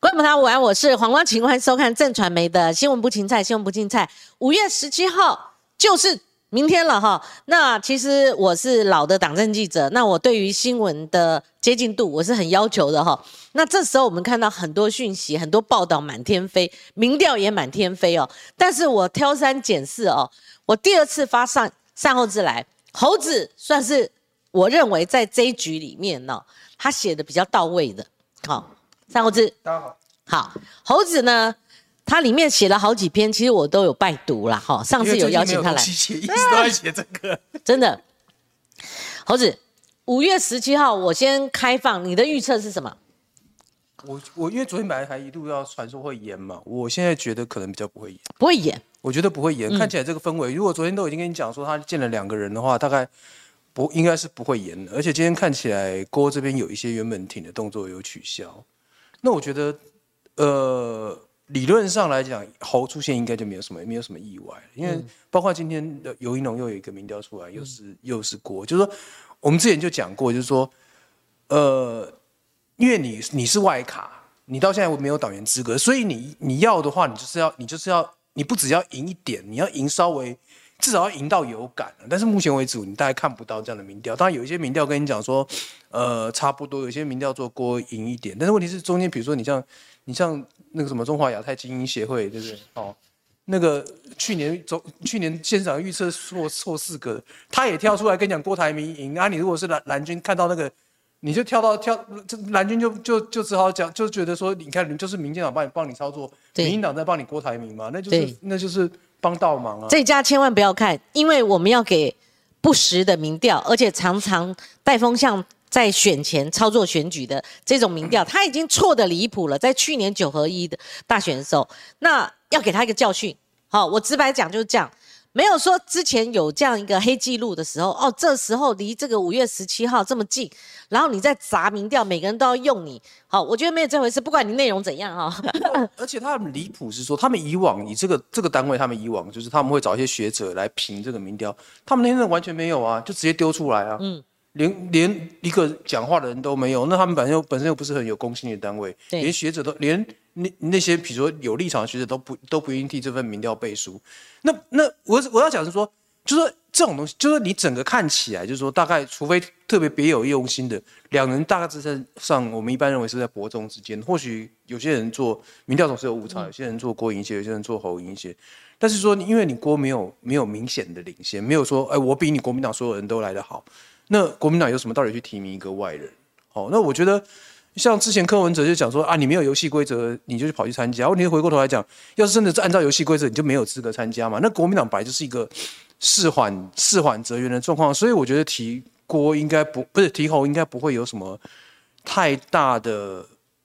观众朋友午安，我是黄光芹，欢迎收看正传媒的新闻不芹菜，新闻不芹菜。5月17号就是明天了哈。那其实我是老的党政记者，那我对于新闻的接近度我是很要求的哈。那这时候我们看到很多讯息，很多报道满天飞，民调也满天飞哦。但是我挑三拣四哦，我第二次发善后之来，猴子算是我认为在这一局里面呢、他写的比较到位的。好，善后之， 大家好。 好，猴子呢，他里面写了好几篇，其实我都有拜读啦。哈，上次有邀请他来， 一直都在写这个， 真的。猴子，5月17号，我先开放，你的预测是什么？ 我因为昨天本来还一度要传说会延嘛，我现在觉得可能比较不会延， 不会演。 我觉得不会延，看起来这个氛围，如果昨天都已经跟你讲说他见了2个人的话，大概应该是不会延的，而且今天看起来郭这边有一些原本挺的动作有取消，那我觉得。理论上来讲，侯出现应该就没有什么意外，因为包括今天的尤一农又有一个民调出来，又是郭，就是说我们之前就讲过，就是说，因为你是外卡，你到现在没有党员资格，所以你要的话，你不只要赢一点，你要赢至少要赢到有感，但是目前为止你大概看不到这样的民调。当然有一些民调跟你讲说，差不多，有些民调做郭赢一点，但是问题是中间，比如说你像那个什么中华亚太精英协会，对不对？哦，那个去年县长预测错4个，他也跳出来跟你讲郭台铭赢啊。你如果是蓝军看到那个，你就跳蓝军就只好讲，就觉得说，你看就是民进党帮你操作，民进党在帮你郭台铭嘛，那就是帮倒忙啊。 这家千万不要看，因为我们要给不实的民调，而且常常带风向。在选前操作选举的这种民调，他已经错得离谱了。在去年9合1的大选的时候，那要给他一个教训。好，我直白讲就是这样，没有说之前有这样一个黑记录的时候，哦，这时候离这个5月17号这么近，然后你再砸民调，每个人都要用你。好，我觉得没有这回事，不管你内容怎样哈。 而且他们离谱是说，他们以往以这个单位，他们以往就是他们会找一些学者来评这个民调，他们那天完全没有啊，就直接丢出来啊。连一个讲话的人都没有，那他们本身又不是很有公信力的单位，连学者都连那些比如说有立场的学者都不愿意替这份民调背书。那我要讲是说，就是说这种东西，就是你整个看起来就是说，大概除非特别别有用心的2人，大概之上我们一般认为是在伯仲之间。或许有些人做民调总是有误差，有些人做郭赢一些，有些人做侯赢一些。但是说，因为你郭没有明显的领先，没有说我比你国民党所有人都来得好。那国民党有什么道理去提名一个外人？好，那我觉得像之前柯文哲就讲说啊，你没有游戏规则，你就跑去参加。问题回过头来讲，要是真的是按照游戏规则，你就没有资格参加嘛。那国民党本来就是一个事缓则圆的状况，所以我觉得提郭应该不是提侯，应该不会有什么太大的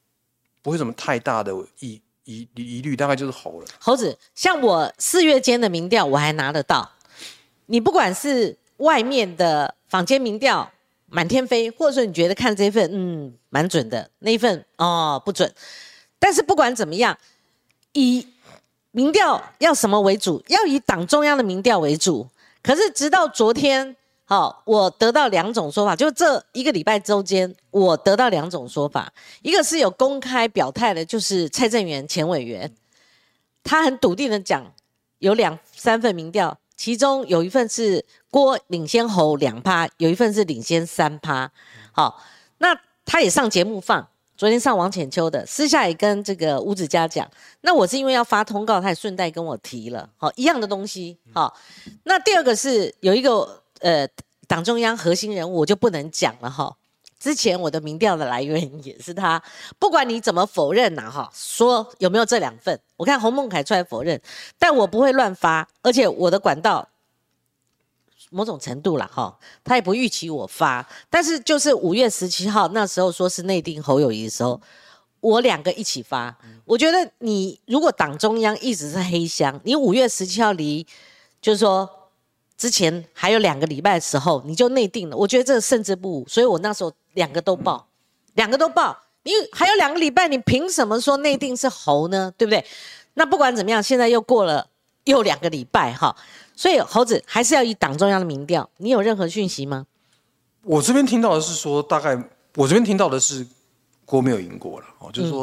疑虑，大概就是侯了。 猴子，像我4月间的民调，我还拿得到。你不管是外面的坊间民调满天飞，或者说你觉得看这份蛮准的，那一份不准。但是不管怎么样，以民调要什么为主？要以党中央的民调为主。可是直到昨天，我得到2种说法，就这1个礼拜中间，我得到2种说法。一个是有公开表态的，就是蔡正元前委员，他很笃定的讲，有2-3份民调。其中有一份是郭领先侯2%，有一份是领先3%。好，那他也上节目放，昨天上王浅秋的，私下也跟这个吴子嘉讲。那我是因为要发通告，他也顺带跟我提了，好，一样的东西。好，那第二个是有一个党中央核心人物，我就不能讲了哈。之前我的民调的来源也是他，不管你怎么否认说有没有这2份，我看洪孟凯出来否认，但我不会乱发，而且我的管道某种程度啦他也不预期我发，但是就是5月17号那时候说是内定侯友宜的时候，我2个一起发。我觉得你如果党中央一直是黑箱，你5月17号离就是说之前还有2个礼拜的时候，你就内定了，我觉得这个胜之不武，所以我那时候2个都报，2个都报。你还有2个礼拜，你凭什么说内定是侯呢？对不对？那不管怎么样，现在又过了2个礼拜所以猴子还是要以党中央的民调。你有任何讯息吗？ 我这边听到的是说，大概我这边听到的是郭没有赢过了，就是说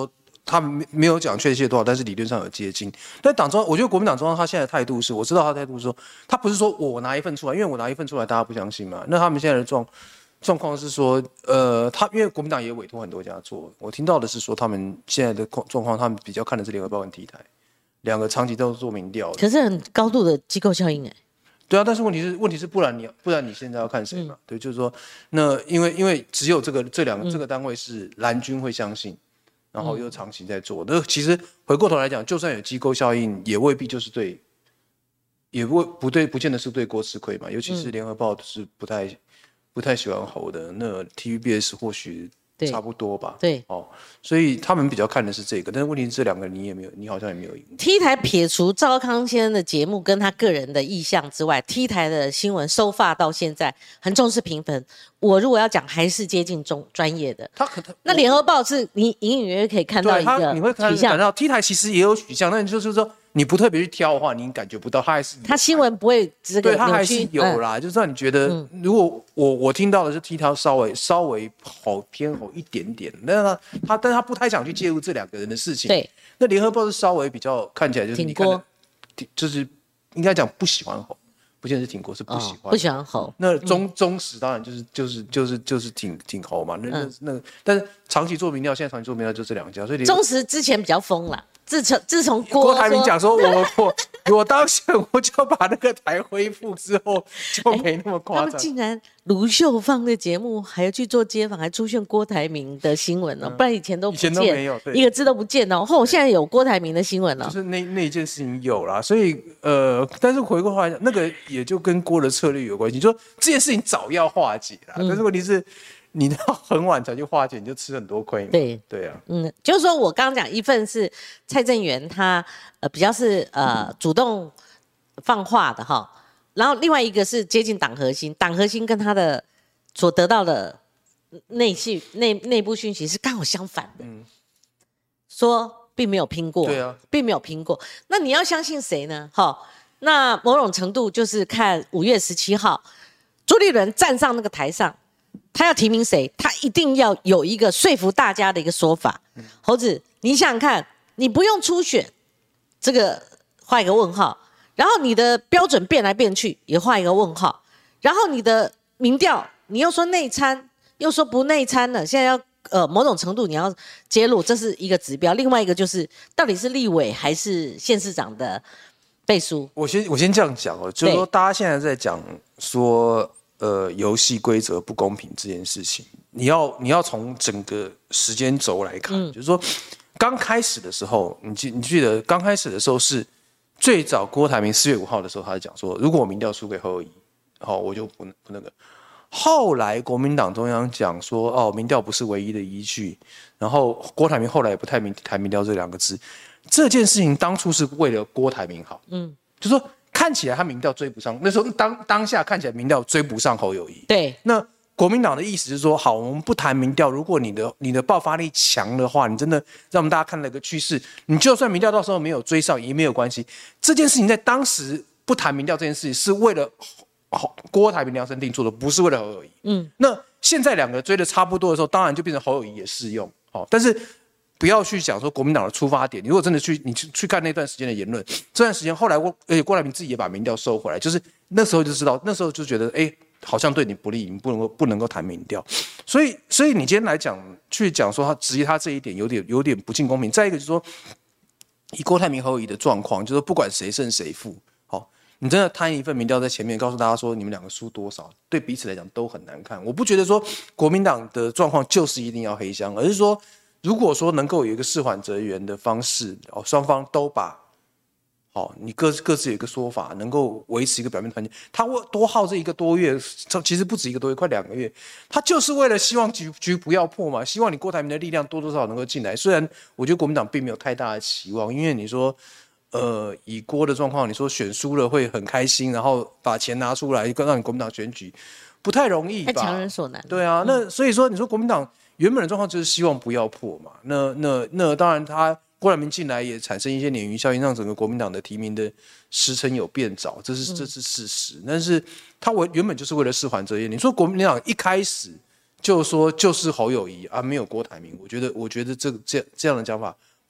他没有讲确切多少，但是理论上有接近。但党中央，我觉得国民党中央他现在的态度是，我知道他的态度是说，他不是说我拿一份出来，因为我拿一份出来大家不相信嘛。那他们现在的状况是说，因为国民党也委托很多家做，我听到的是说他们现在的状况，他们比较看的是联合报跟 T 台两个长期都是做民调的， 可是很高度的机构效应哎。 对啊，但是问题是，不然你现在要看谁嘛？对，就是说，那因为只有这个单位是蓝军会相信，然后又长期在做。那其实回过头来讲，就算有机构效应，也未必就是对，也不见得是对郭吃亏嘛。尤其是联合报是不太喜欢侯的，那 TVBS 或许差不多吧。 对， 所以他们比较看的是这个，但是问题是这两个你好像也没有赢。 T 台撇除赵康先生的节目跟他个人的意向之外，T 台的新闻收发到现在很重视评分。我如果要讲，还是接近专业的。那联合报是你隐隐约约可以看到一个你会感到 T 台其实也有取向，但就是说你不特别去挑的话，你感觉不到它还是有。 它新闻不会这个对，它还是有啦。就是让你觉得，如果我听到的是 T 台稍微偏好一点点，但他不太想去介入这两个人的事情。 对， 那联合报是稍微比较看起来就是你看就是应该讲不喜欢侯。不见得是挺郭，是不喜欢， 不喜欢侯。 那中时当然就是挺侯嘛。那但是长期做民调，现在长期做民调就这两家，所以中时之前比较疯了。自从郭台铭讲说我当选我就把那个台恢复之后就没那么夸张。 他们竟然卢秀芳的节目还要去做街访，还出现郭台铭的新闻了，不然以前都不见， 没有， 一个字都不见哦。现在有郭台铭的新闻了， 就是那一件事情有啦，所以但是回过头来讲，那个也就跟郭的策略有关系，就说这件事情早要化解啦，但是问题是。你到很晚才去化解，你就吃很多亏嘛。对啊， 就是说我刚刚讲一份是蔡正元他比较是主动放话的哈，然后另外一个是接近党核心，党核心跟他的所得到的内部讯息是刚好相反的，说并没有拼过， 对啊， 并没有拼过。那你要相信谁呢？那某种程度就是看5月17号朱立伦站上那个台上。他要提名谁？他一定要有一个说服大家的一个说法。猴子，你想想看，你不用初选，这个画一个问号，然后你的标准变来变去，也画一个问号，然后你的民调，你又说内参，又说不内参了，现在要某种程度你要揭露，这是一个指标。另外一个就是到底是立委还是县市长的背书？ 我先这样讲哦，就是说大家现在在讲说。游戏规则不公平这件事情，你要从整个时间轴来看，就是说刚开始的时候，你记得刚开始的时候是最早郭台铭4月5号的时候，他讲说，如果我民调输给侯友宜，我就不那个。后来国民党中央讲说，民调不是唯一的依据，然后郭台铭后来也不太谈民调这两个字，这件事情当初是为了郭台铭好，就说。看起来他民调追不上，那时候当下看起来民调追不上侯友宜。 对， 那国民党的意思是说，好，我们不谈民调，如果你的爆发力强的话，你真的让我们大家看到一个趋势，你就算民调到时候没有追上也没有关系。这件事情在当时不谈民调这件事情是为了郭台铭量身定做的，不是为了侯友宜。那现在两个追的差不多的时候，当然就变成侯友宜也适用。但是。不要去讲说国民党的出发点。你如果真的你去看那段时间的言论，这段时间后来而且郭台铭自己也把民调收回来，就是那时候就知道，那时候就觉得好像对你不利，你不能够谈民调。所以你今天来去讲说他质疑他这一点有点不尽公平。再一个就是说，以郭台铭侯友宜的状况，就是不管谁胜谁负，你真的摊一份民调在前面，告诉大家说你们两个输多少，对彼此来讲都很难看。我不觉得说国民党的状况就是一定要黑箱，而是说。如果说能够有一个事缓则圆的方式，双方都把，你各自有一个说法，能够维持一个表面团结。他多耗这1个多月，其实不止1个多月，快2个月，他就是为了希望局不要破嘛，希望你郭台铭的力量多少能够进来。虽然我觉得国民党并没有太大的期望，因为你说，以郭的状况，你说选输了会很开心，然后把钱拿出来让你国民党选举，不太容易吧？ 太强人所难。 对啊，那所以说你说国民党。原本的状况就是希望不要破嘛，那当然他郭台铭进来也产生一些鲶鱼效应，让整个国民党的提名的时程有变早，这是事实。但是他原本就是为了事缓则圆。你说国民党一开始就说就是侯友宜啊，没有郭台铭，我觉得这样的讲法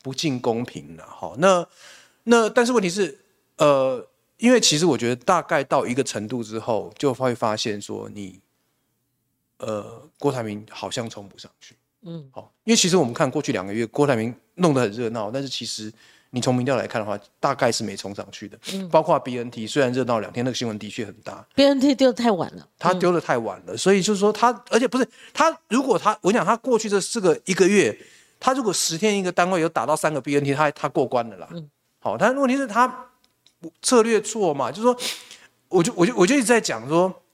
不尽公平了。好，那但是问题是，因为其实我觉得大概到一个程度之后，就会发现说郭台铭好像冲不上去。好，因为其实我们看过去2个月，郭台铭弄得很热闹，但是其实你从民调来看的话，大概是没冲上去的。包括 BNT， 虽然热闹2天，那个新闻的确很大。 BNT 丢得太晚了， 他丢得太晚了，所以就是说他，而且不是他，如果我讲他过去这个1个月，他如果10天一个单位有打到3个 BNT， 他过关了啦。好，但问题是他策略错嘛，就是说，我就一直在讲说，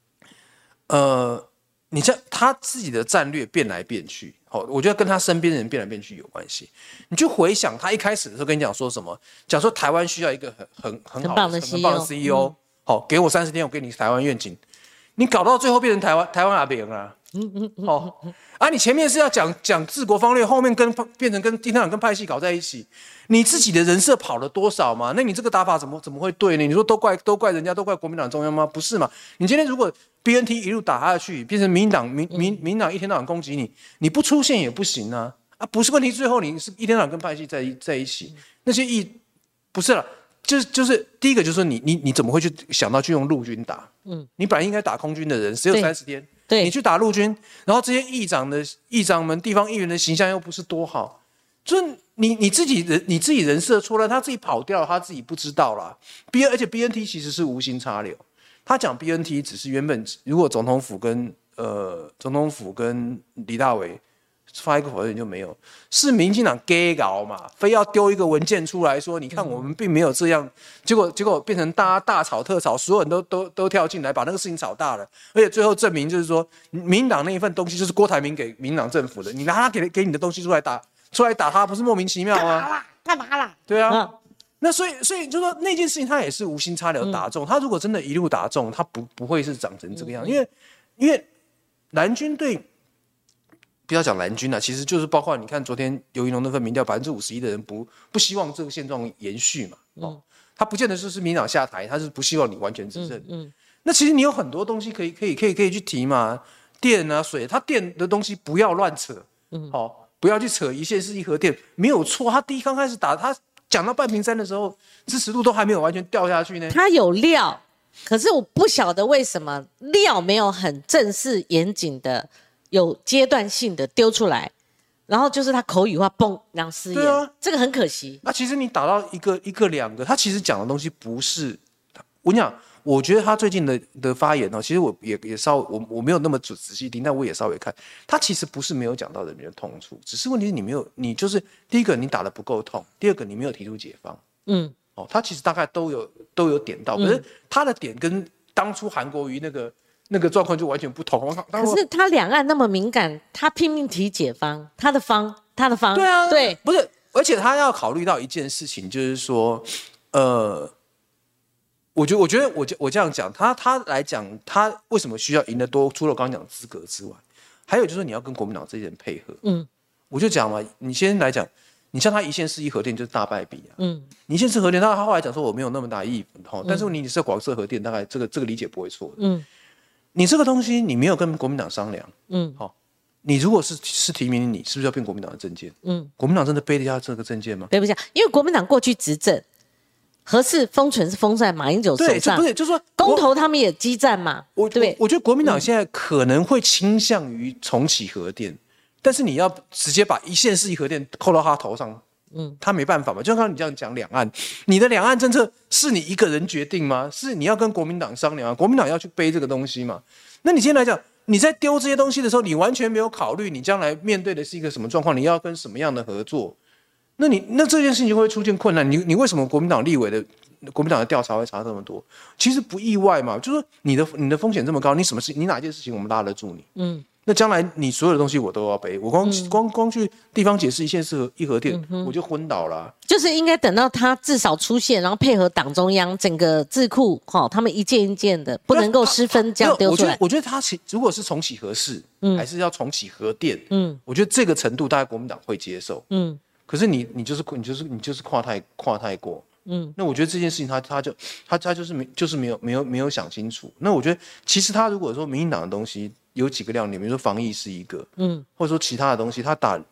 你像他自己的战略变来变去，好，我觉得跟他身边的人变来变去有关系。你就回想他一开始的时候跟你讲说什么，讲说台湾需要一个很棒的 CEO，好，给我30天，我给你台湾愿景。你搞到最后变成台湾阿扁啊，你前面是要讲治国方略，后面变成跟共产党跟派系搞在一起，你自己的人设跑了多少嘛？那你这个打法怎么会对呢？你说都怪人家，都怪国民党中央吗？不是嘛？你今天如果 BNT 一路打下去，变成民进党一天到晚攻击你，你不出现也不行啊！不是问题，最后你是一天到晚跟派系在一起，那些不是了。就是第一个就是说你怎么会去想到去用陆军打？你本来应该打空军的人，只有30天， 对， 你去打陆军，然后这些议长们、地方议员的形象又不是多好，就是你自己人设错了，他自己跑掉了，他自己不知道啦。而且 BNT 其实是无心插柳，他讲 BNT 只是原本如果总统府跟李大为发一个否认就没有，是民进党 gay 搞嘛，非要丢一个文件出来说，你看我们并没有这样，结果变成大家大吵特吵，所有人都跳进来把那个事情吵大了，而且最后证明就是说，民进党那一份东西就是郭台铭给民进党政府的，你拿他给你的东西出来打他，不是莫名其妙吗？ 干嘛啦？ 对啊。那所以就说那件事情他也是无心插柳打中，他如果真的一路打中，他不会是长成这个样，因为蓝军对。不要讲蓝军了，其实就是包括你看昨天游宜农那份民调，51%的人不希望这个现状延续嘛。他不见得就是民进党下台，他是不希望你完全执政。那其实你有很多东西可以去提嘛，电啊水，他电的东西不要乱扯，不要去扯一线市一核电，没有错。他刚开始打，他讲到半屏山的时候，支持度都还没有完全掉下去呢。 他有料，可是我不晓得为什么料没有很正式严谨的。有阶段性的丢出来，然后就是他口语化嘣让失言，这个很可惜。 那其实你打到一个两个，他其实讲的东西不是，我讲，我觉得他最近的发言其实我也稍微我没有那么仔细听，但我也稍微看，他其实不是没有讲到人民的痛处，只是问题是你就是第一个你打得不够痛，第二个你没有提出解方。他其实大概都有点到，可是他的点跟当初韩国瑜那个状况就完全不同。 可是他两岸那么敏感，他拼命提解方，他的方， 对啊， 对， 不是，而且他要考虑到一件事情，就是说，我觉得我这样讲，他来讲，他为什么需要赢得多？除了我刚刚讲资格之外，还有就是你要跟国民党这些人配合。我就讲嘛，你先来讲，你像他一线市一核电就是大败笔啊。你一线市核电，他后来讲说我没有那么大意义，但是你是广设核电，大概这个理解不会错的。你这个东西你没有跟国民党商量，你如果是提名你，是不是要变国民党的政见？国民党真的背得下这个政见吗？ 背不下，因为国民党过去执政，核四封存是封在马英九手上， 对，就是说公投他们也激战嘛，对。 我觉得国民党现在可能会倾向于重启核电，但是你要直接把一线市一核电扣到他头上。他没办法嘛，就像你这样讲两岸，你的两岸政策是你一个人决定吗？是你要跟国民党商量啊，国民党要去背这个东西嘛？那你现在来讲，你在丢这些东西的时候，你完全没有考虑你将来面对的是一个什么状况，你要跟什么样的合作？那这件事情就会出现困难。你为什么国民党立委的国民党的调查会差这么多？其实不意外嘛，就是说你的风险这么高，你哪件事情我们拉得住你？那将来你所有的东西我都要背，我光去地方解释一线市一核电，我就昏倒了。 就是应该等到他至少出现，然后配合党中央整个智库，他们一件一件的不能够失分这样丢出来。 我觉得他如果是重启核四，还是要重启核电，我觉得这个程度大概国民党会接受。可是你就是跨太过。那我觉得这件事情他就是没有想清楚。那我觉得其实他如果说民进党的东西有几个亮点，比如说防疫是一个，或者说其他的东西，他打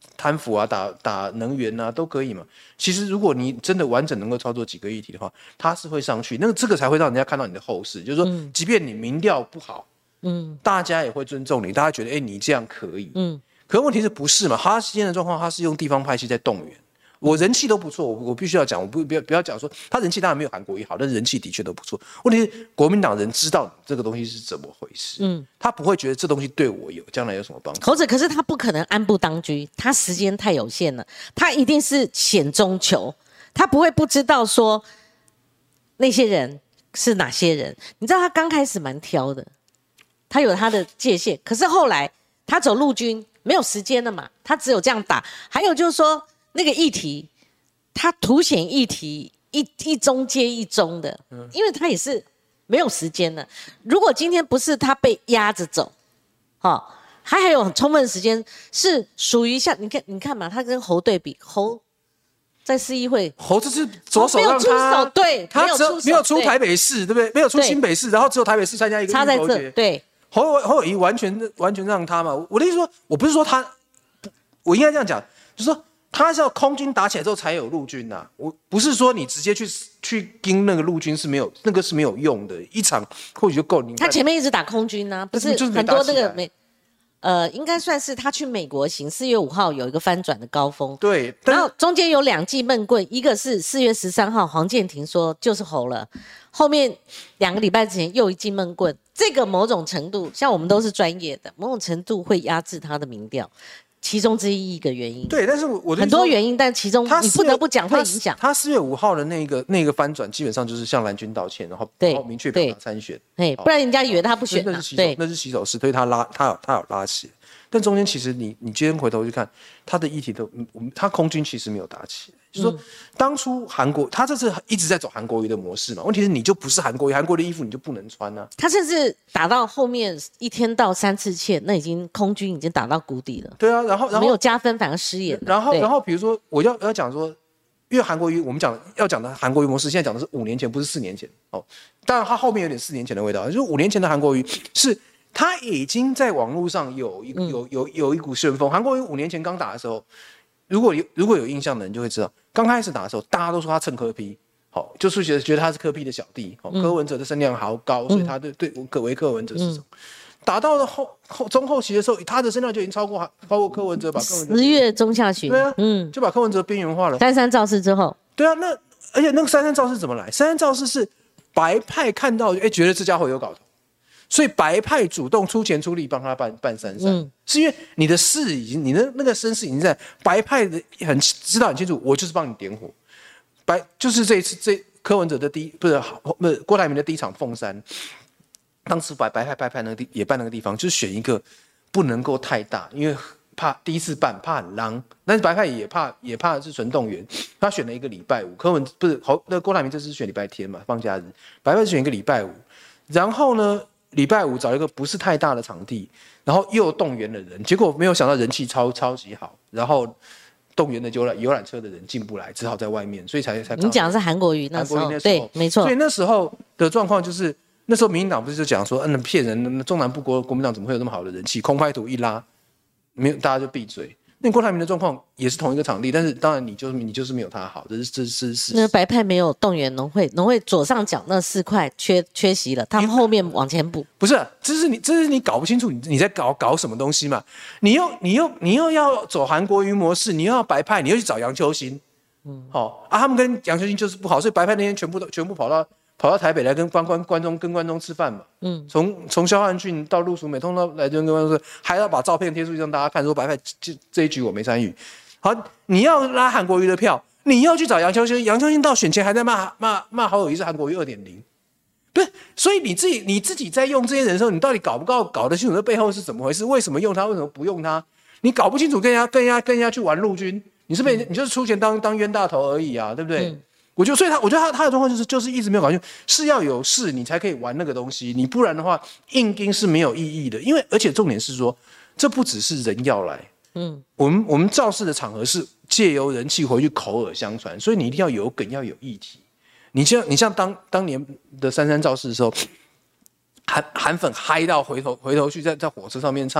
贪腐啊、打能源啊都可以嘛。其实如果你真的完整能够操作几个议题的话，它是会上去，这个才会让人家看到你的后势。就是说，即便你民调不好，大家也会尊重你，大家觉得你这样可以，可是问题是不是嘛？他今天的状况，他是用地方派系在动员。我人气都不错，我必须要讲，我不要讲说他人气当然没有韩国瑜好，但是人气的确都不错。问题是国民党人知道这个东西是怎么回事，他不会觉得这东西对我将来有什么帮助。 猴子，可是他不可能按部当居，他时间太有限了，他一定是险中求，他不会不知道说那些人是哪些人。你知道他刚开始蛮挑的，他有他的界限，可是后来他走陆军没有时间了嘛，他只有这样打。还有就是说。那个议题，他凸显议题一中接一中的，因为他也是没有时间了。如果今天不是他被压着走，他还有很充分的时间，是属于像你看嘛，他跟侯对比，侯在市议会， 侯这是左手让他， 没有出手，对， 他没有出台北市，对不对？没有出新北市，然后只有台北市参加一个差在这，对。 侯友宜完全让他嘛。我的意思说，我不是说他，我应该这样讲，就是说。他是要空军打起来之后才有陆军呐，我不是说你直接去盯那个陆军是没有用的，一场或许就够。他前面一直打空军啊，不是很多那个应该算是他去美国行，4月5号有一个翻转的高峰， 对， 然后中间有2记闷棍，一个是4月13号黄健庭说就是侯了，后面2个礼拜之前又一记闷棍，这个某种程度像我们都是专业的，某种程度会压制他的民调。其中之一个原因， 对，但是我很多原因，但其中你不得不讲会影响。 他4月5号的那个翻转，基本上就是向蓝军道歉，然后明确表达参选， 不然人家以为他不选了。 那是洗手式，所以他有拉起。但中间其实你今天回头去看，他的议题他空军其实没有打起来。就是说，当初韩国他这次一直在走韩国瑜的模式嘛，问题是你就不是韩国瑜，韩国的衣服你就不能穿啊。 他甚至打到后面1天到3次欠，那空军已经打到谷底了。 对啊，然后没有加分反而失言。 然后比如说我要讲说，因为韩国瑜我们要讲的韩国瑜模式，现在讲的是5年前，不是4年前哦。当然他后面有点4年前的味道，就是5年前的韩国瑜是他已经在网络上有一股旋风。韩国瑜5年前刚打的时候。如果有印象的人就会知道，刚开始打的时候，大家都说他蹭柯 P， 就是觉得他是柯 P 的小弟，柯文哲的声量好高，所以他对柯文哲是什么？打到了中后期的时候，他的声量就已经超过柯文哲，把柯文哲 10月中下旬， 对啊，就把柯文哲边缘化了。 33造势之后， 对啊，而且那个33造势怎么来？33造势是白派看到，觉得这家伙有搞头。所以白派主动出钱出力帮他办33，是因为你的势你的那个声势已经在白派的很知道很清楚，我就是帮你点火。就是这一次柯文哲的不是郭台铭的第一场凤山，当时白派那个也办那个地方，就是选一个不能够太大，因为怕第一次办怕很浪，但是白派也怕是纯动员，他选了一个礼拜五，郭台铭这次选礼拜天嘛，放假日，白派选一个礼拜五，然后呢？礼拜五找一个不是太大的场地，然后又动员了人，结果没有想到人气超级好，然后动员的游览车的人进不来，只好在外面，所以才你讲的是韩国瑜那时候，对，没错。 所以那时候的状况就是，那时候民进党不是就讲说，骗人，中南部国民党怎么会有那么好的人气？空拍图一拉，没有大家就闭嘴。那郭台铭的状况也是同一个场地，但是当然你就是没有他好，这是那白派没有动员农会左上角那4块缺席了，他们后面往前补。 不是，这是你搞不清楚你在搞什么东西嘛？你又要走韩国瑜模式，你又要白派，你又去找杨秋兴，他们跟杨秋兴就是不好，所以白派那天全部跑到台北来跟观众吃饭嘛，从萧汉俊到陆淑美，通通来跟观众说，还要把照片贴出去让大家看，说白派这一局我没参与。好，你要拉韩国瑜的票，你要去找杨秋兴到选前还在骂侯友宜是韩国瑜2.0，不是，所以你自己在用这些人的时候，你到底搞得清楚这背后是怎么回事？为什么用他？为什么不用他？你搞不清楚，跟人家去玩陆军，你就是出钱当冤大头而已啊，对不对？所以我觉得他的状况就是一直没有搞清楚，是要有事你才可以玩那个东西，你不然的话硬盯是没有意义的。因为而且重点是说，这不只是人要来，我们造势的场合是借由人气回去口耳相传，所以你一定要有梗，要有议题。你像当年的33造势的时候，韩粉嗨到回头去在火车上面唱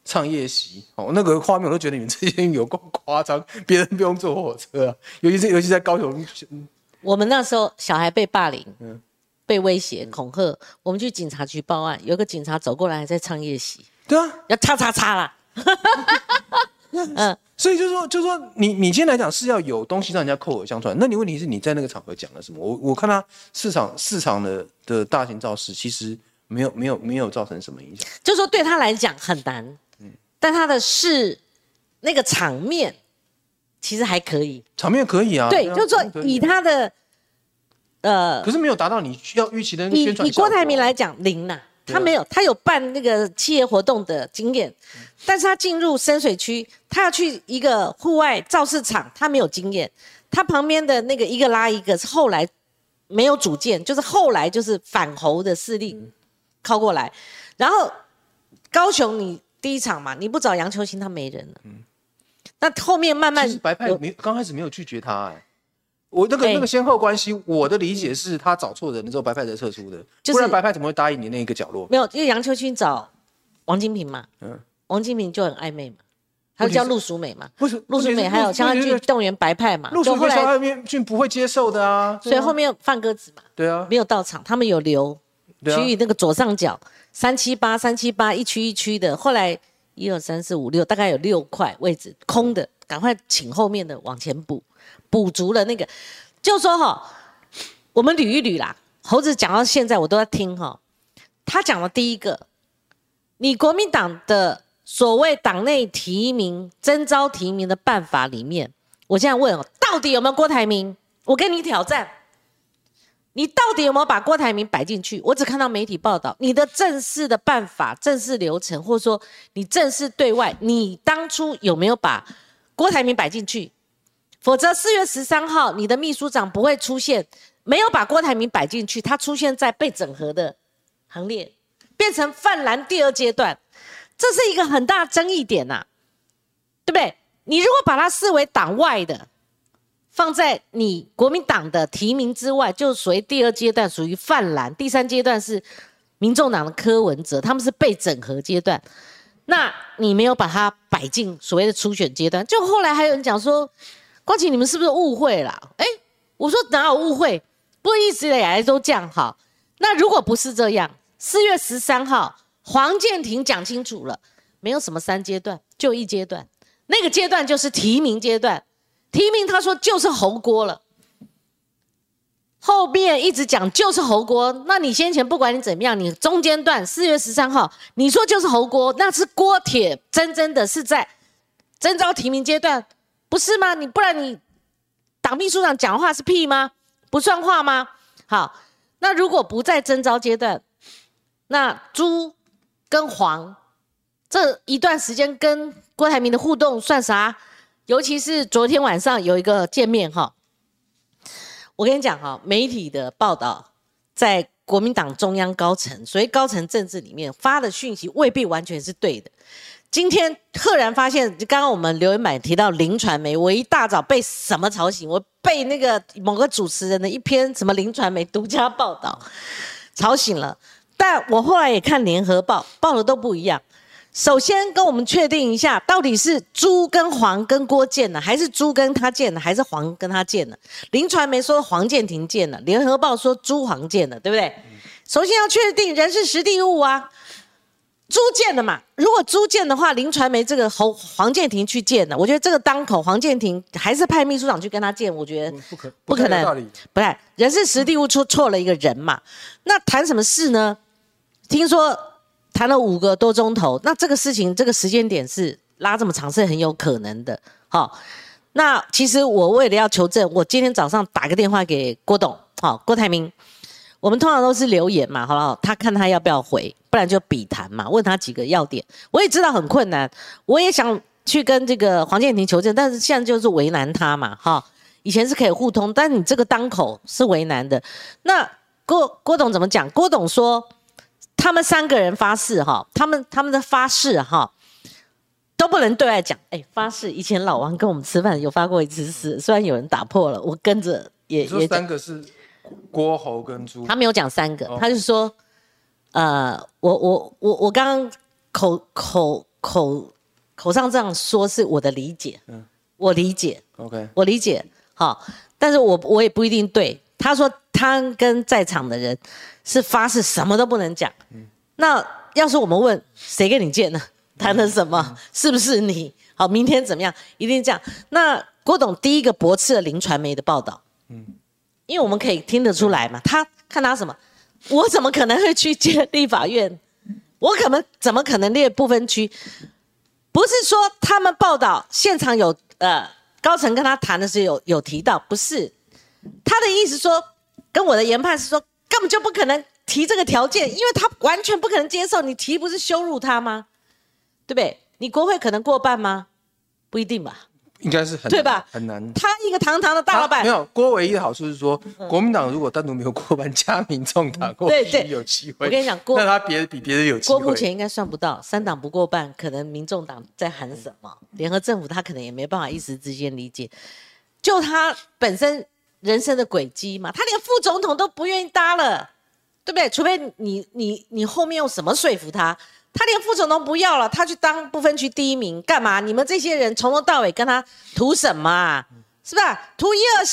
唱夜袭哦，那个画面我都觉得你们这些有够夸张，别人不用坐火车啊，尤其在高雄。 我们那时候小孩被霸凌，被威胁恐吓，我们去警察局报案，有个警察走过来还在唱夜袭， 对啊， 要叉叉叉啦。 所以就是说你今天来讲是要有东西让人家口耳相传，那你问题是你在那个场合讲了什么？我看他市场的大型造势其实没有造成什么影响， 就说对他来讲很难，但他的那个场面其实还可以， 场面可以啊， 对，就是说以他的可是没有达到你需要预期的那个宣传效果。 以郭台铭来讲零啊。他没有，他有办那个企业活动的经验，但是他进入深水区，他要去一个户外造市场，他没有经验。他旁边的那个一个拉一个是后来没有主见，就是后来就是反侯的势力靠过来。然后高雄你第一场嘛，你不找杨秋兴他没人了。那后面慢慢其实白派刚开始没有拒绝他我那个先后关系，我的理解是他找错人了之后，白派才撤出的，不然白派怎么会答应你那一个角落？ 没有，因为杨秋兴找王金平嘛，王金平就很暧昧嘛，他就叫陆淑美嘛，陆淑美还有萧汉俊动员白派嘛， 陆淑美、萧汉俊不会接受的啊， 所以后面放鸽子嘛， 对啊， 没有到场，他们有留区域那个左上角378一区一区的，后来1、2、3、4、5、6，大概有6块位置空的，赶快请后面的往前补足了那个，就说我们捋一捋啦。猴子讲到现在我都在听他讲的第一个，你国民党的所谓党内提名征召提名的办法里面，我现在问到底有没有郭台铭？我跟你挑战，你到底有没有把郭台铭摆进去？我只看到媒体报道，你的正式的办法、正式流程，或者说你正式对外，你当初有没有把郭台铭摆进去？否则4月13号你的秘书长不会出现，没有把郭台铭摆进去，他出现在被整合的行列，变成泛蓝第2阶段，这是一个很大争议点对不对？你如果把它视为党外的，放在你国民党的提名之外，就属于第2阶段，属于泛蓝，第3阶段是民众党的柯文哲，他们是被整合阶段，那你没有把它摆进所谓的初选阶段，就后来还有人讲说，光启你们是不是误会啦？我说哪有误会，不过一直以来都这样好。那如果不是这样，4月13号黄健庭讲清楚了，没有什么3阶段，就1阶段，那个阶段就是提名阶段，提名他说就是侯郭了，后面一直讲就是侯郭，那你先前不管你怎么样，你中间段4月13号你说就是侯郭，那是郭铁真的是在征召提名阶段，不是吗？不然你党秘书长讲话是屁吗？不算话吗？好，那如果不在征召阶段，那朱跟黄这一段时间跟郭台铭的互动算啥？尤其是昨天晚上有一个见面我跟你讲媒体的报道在国民党中央高层，所以高层政治里面发的讯息未必完全是对的。今天赫然发现，刚刚我们留言板提到林传媒，我一大早被什么吵醒？我被那个某个主持人的一篇什么林传媒独家报道吵醒了。但我后来也看联合报，报的都不一样。首先跟我们确定一下，到底是朱跟黄跟郭见了，还是朱跟他见了，还是黄跟他见了？林传媒说黄健庭见了，联合报说朱黄见了，对不对？首先要确定人事实地物啊。朱见了嘛？如果朱见的话，林传媒这个黄健庭去见了，我觉得这个当口黄健庭还是派秘书长去跟他见，我觉得不可能，不太人事实地物错了一个人嘛。那谈什么事呢？听说谈了5个多钟头，那这个事情这个时间点是拉这么长是很有可能的。那其实我为了要求证，我今天早上打个电话给郭董，郭台铭。我们通常都是留言嘛，好不好？他看他要不要回，不然就笔谈嘛，问他几个要点。我也知道很困难，我也想去跟这个黄健庭求证，但是现在就是为难他嘛，以前是可以互通，但你这个当口是为难的。那郭董怎么讲？郭董说，他们3个人发誓他们的发誓都不能对外讲。发誓以前老王跟我们吃饭有发过一次誓，虽然有人打破了，我跟着也说3个是。郭侯跟朱， 他没有讲3个，他就说，我刚刚口口上这样说是我的理解，我理解 ，OK， 我理解，好，但是我也不一定对。他说他跟在场的人是发誓什么都不能讲，那要是我们问谁跟你见呢？谈了什么？是不是你？好，明天怎么样？一定这样。那郭董第一个驳斥了林传媒的报道，因为我们可以听得出来嘛，他看他什么？我怎么可能会去见立法院？我怎么可能列不分区？不是说他们报道现场有高层跟他谈的时候有提到，不是他的意思说，跟我的研判是说，根本就不可能提这个条件，因为他完全不可能接受，你提不是羞辱他吗？对不对？你国会可能过半吗？不一定吧。 应该是很对吧？ 很难。 他一个堂堂的大老板， 没有郭唯一的好处是说，国民党如果单独没有过半，加民众党或许有机会。 我跟你讲， 那他比别人有机会。 郭目前应该算不到，3党不过半，可能民众党在喊什么？联合政府他可能也没办法一时之间理解。就他本身人生的轨迹嘛，他连副总统都不愿意搭了，对不对？除非你后面用什么说服他。他连副总统不要了，他去当不分区第1名，干嘛？你们这些人从头到尾跟他图什么啊？是吧？图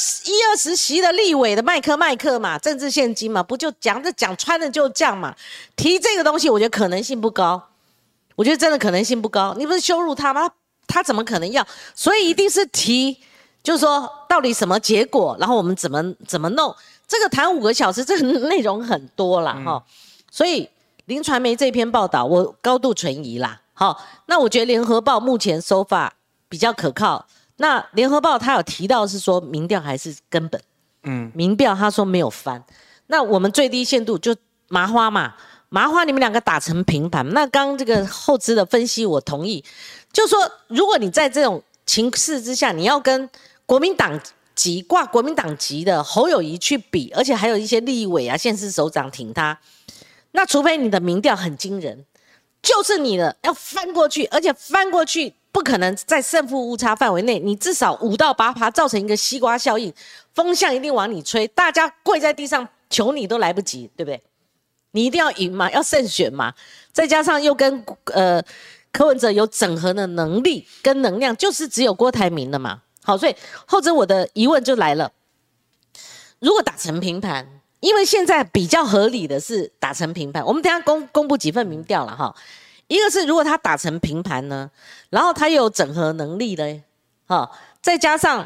120席的立委的麦克嘛，政治现金嘛，不就讲穿了就这样嘛？提这个东西，我觉得可能性不高。我觉得真的可能性不高。你不是羞辱他吗？他怎么可能要？所以一定是提，就是说到底什么结果，然后我们怎么弄？这个谈5个小时，这个内容很多啦哈。所以。林传媒这篇报道，我高度存疑啦。好，那我觉得联合报目前手法比较可靠。那联合报他有提到是说民调还是根本，民调他说没有翻。那我们最低限度就麻花嘛，麻花你们2个打成平盘。那刚这个后资的分析我同意，就说如果你在这种情势之下，你要跟国民党挂国民党籍的侯友宜去比，而且还有一些立委啊、县市首长挺他。那除非你的民调很惊人，就是你的要翻过去，而且翻过去不可能在胜负误差范围内，你至少5到8%，造成一个西瓜效应，风向一定往你吹，大家跪在地上求你都来不及，对不对？你一定要赢嘛，要胜选嘛，再加上又跟柯文哲有整合的能力跟能量，就是只有郭台铭了嘛。好，所以后者我的疑问就来了，如果打成平盘。因为现在比较合理的是打成平盘，我们等一下公布几份民调了哈。一个是如果他打成平盘呢，然后他又有整合能力嘞，再加上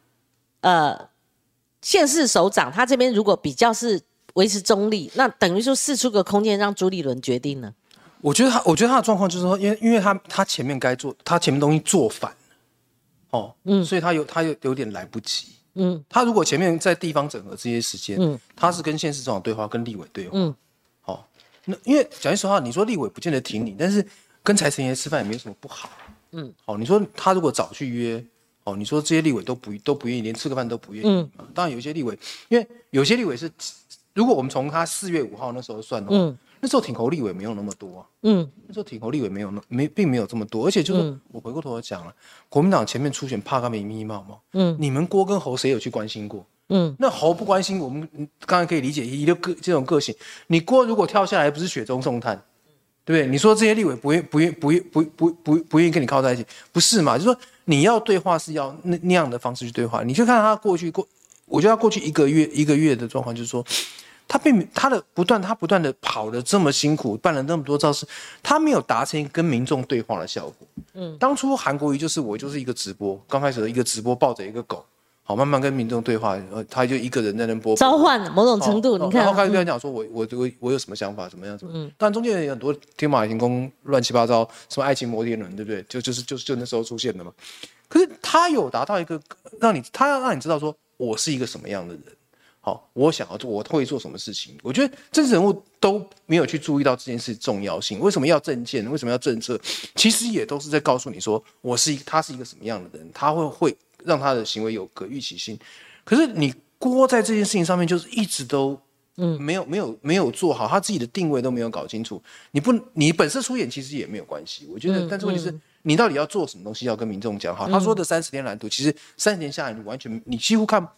县市首长他这边如果比较是维持中立，那等于说释出个空间让朱立伦决定呢。 我觉得他的状况就是说，因为他前面该做，他前面东西做反了，所以他有点来不及。他如果前面在地方整合这些时间，他是跟县市长对话，跟立委对话，那因为讲句实话，你说立委不见得挺你，但是跟财神爷吃饭也没有什么不好，你说他如果早去约，你说这些立委都不愿意，连吃个饭都不愿意，当然有一些立委，因为有些立委是，如果我们从他4月5号那时候算的话，那时候挺侯立委没有那么多啊，那时候挺侯立委并没有这么多，而且就是我回过头来讲了，国民党前面初选怕个没咪毛，你们郭跟侯谁有去关心过？那侯不关心，我们刚才可以理解这种个性，你郭如果跳下来不是雪中送炭，对不对？你说这些立委不愿意跟你靠在一起，不是嘛？就是说你要对话是要那样的方式去对话，你就看他我觉得他过去一个月的状况就是说。他不断的跑得这么辛苦，办了那么多造势，他没有达成跟民众对话的效果。当初韩国瑜就是一个直播，刚开始的一个直播抱着一个狗，好慢慢跟民众对话，他就一个人在那播召唤某种程度，你看， 然后开始跟他讲说我有什么想法，怎么样，但中间有很多天马行空、乱七八糟，什么爱情摩天轮，对不对？就那时候出现的嘛。可是他有达到一个让你知道说我是一个什么样的人。好，我会做什么事情？我觉得政治人物都没有去注意到这件事重要性。为什么要政见？为什么要政策？其实也都是在告诉你说，他是一个什么样的人，他会让他的行为有可预期性。可是你郭在这件事情上面，就是一直都没有做好，他自己的定位都没有搞清楚。你本色出演其实也没有关系，我觉得。但是问题是，你到底要做什么东西，要跟民众讲好。他说的30天蓝图，其实30天下来，你几乎看。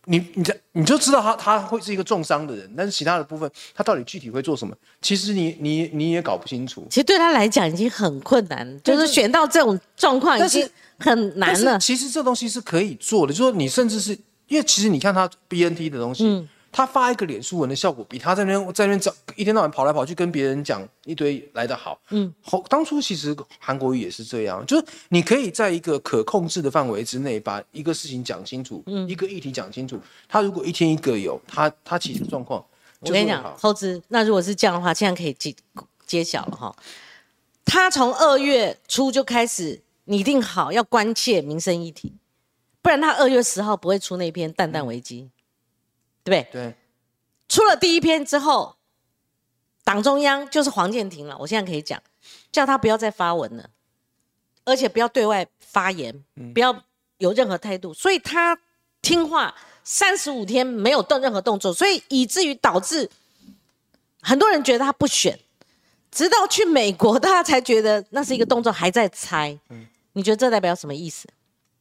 你就知道他会是一个重伤的人，但是其他的部分他到底具体会做什么，其实你也搞不清楚。 其实对他来讲已经很困难，就是选到这种状况已经很难了。 其实这东西是可以做的，就是说你甚至是因为其实你看他 BNT 的东西。他发一个脸书文的效果，比他在那边找一天到晚跑来跑去跟别人讲一堆来得好。当初其实韩国瑜也是这样，就是你可以在一个可控制的范围之内，把一个事情讲清楚，一个议题讲清楚。他如果一天一个有，他其实状况就我跟你讲，投资那如果是这样的话，现在可以揭晓了哈。他从2月初就开始拟定好要关切民生议题，不然他2月10号不会出那篇蛋蛋危机。对不对？ 对， 出了第一篇之后，党中央就是黄健庭了。我现在可以讲，叫他不要再发文了，而且不要对外发言，不要有任何态度。所以他听话，35天没有任何动作，所以以至于导致很多人觉得他不选，直到去美国，大家才觉得那是一个动作，还在猜。你觉得这代表什么意思？